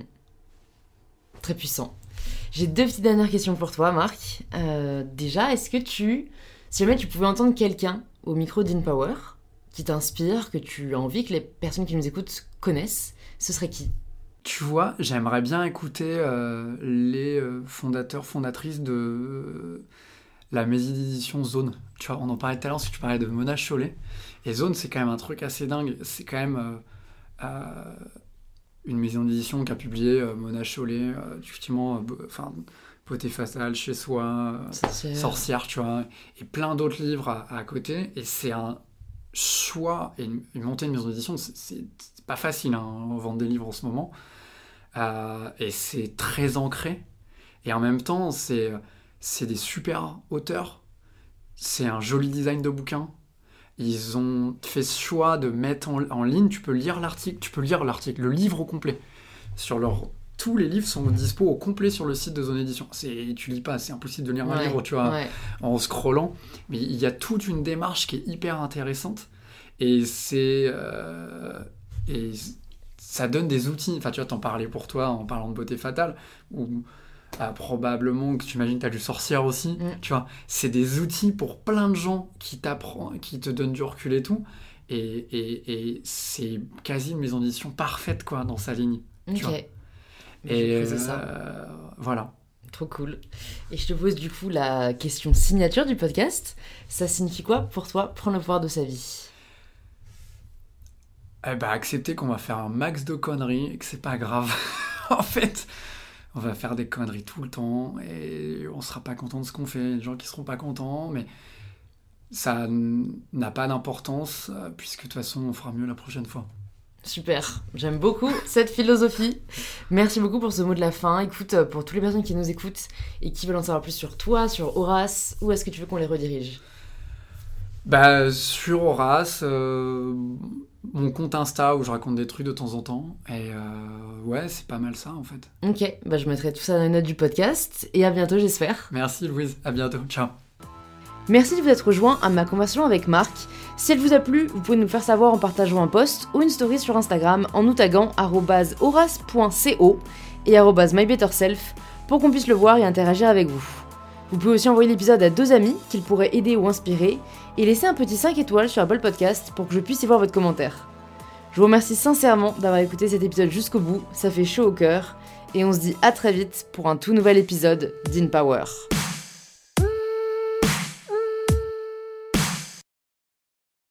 Très puissant. J'ai deux petites dernières questions pour toi, Marc. Euh, déjà, est-ce que tu, si jamais tu pouvais entendre quelqu'un au micro d'InPower qui t'inspire, que tu as envie que les personnes qui nous écoutent connaissent, ce serait qui ? Tu vois, j'aimerais bien écouter euh, les euh, fondateurs, fondatrices de euh, la maison d'édition Zone. Tu vois, on en parlait tout à l'heure, parce que tu parlais de Mona Chollet. Et Zone, c'est quand même un truc assez dingue. C'est quand même euh, euh, une maison d'édition qui a publié euh, Mona Chollet, euh, effectivement, enfin, euh, Beauté fatale, Chez soi, euh, Sorcière. Sorcière, tu vois, et plein d'autres livres à, à côté. Et c'est un choix, et une, une montée de maison d'édition, c'est, c'est, c'est pas facile, hein, vendre des livres en ce moment. Euh, et c'est très ancré et en même temps c'est, c'est des super auteurs, c'est un joli design de bouquin, ils ont fait ce choix de mettre en, en ligne, tu peux lire l'article, tu peux lire l'article, le livre au complet sur leur... tous les livres sont dispo au complet sur le site de Zone Édition. C'est, tu lis pas, c'est impossible de lire un ouais, livre, tu vois, ouais. en scrollant, mais il y a toute une démarche qui est hyper intéressante et c'est euh, et ça donne des outils, enfin tu vois, t'en parlais pour toi en parlant de Beauté fatale, ou euh, probablement que tu imagines t'as lu Sorcière aussi, mm. tu vois, c'est des outils pour plein de gens qui t'apprennent, qui te donnent du recul et tout, et, et, et c'est quasi une maison d'édition parfaite quoi, dans sa ligne. Ok. Tu vois. Et euh, ça. Voilà. Trop cool. Et je te pose du coup la question signature du podcast, ça signifie quoi pour toi, prendre le pouvoir de sa vie ? Eh ben, accepter qu'on va faire un max de conneries et que c'est pas grave. En fait, on va faire des conneries tout le temps et on sera pas content de ce qu'on fait. Il y a des gens qui seront pas contents, mais ça n'a pas d'importance puisque de toute façon, on fera mieux la prochaine fois. Super, j'aime beaucoup cette philosophie. Merci beaucoup pour ce mot de la fin. Écoute, pour toutes les personnes qui nous écoutent et qui veulent en savoir plus sur toi, sur Horace, où est-ce que tu veux qu'on les redirige ? Bah, sur Horace, euh, mon compte Insta où je raconte des trucs de temps en temps. Et euh, ouais, c'est pas mal ça en fait. Ok, bah je mettrai tout ça dans les notes du podcast. Et à bientôt, j'espère. Merci Louise, à bientôt, ciao. Merci de vous être rejoint à ma conversation avec Marc. Si elle vous a plu, vous pouvez nous faire savoir en partageant un post ou une story sur Instagram en nous taguant arobase horace point co et arobase mybetterself pour qu'on puisse le voir et interagir avec vous. Vous pouvez aussi envoyer l'épisode à deux amis qu'il pourrait aider ou inspirer et laisser un petit cinq étoiles sur Apple Podcast pour que je puisse y voir votre commentaire. Je vous remercie sincèrement d'avoir écouté cet épisode jusqu'au bout, ça fait chaud au cœur et on se dit à très vite pour un tout nouvel épisode d'InPower.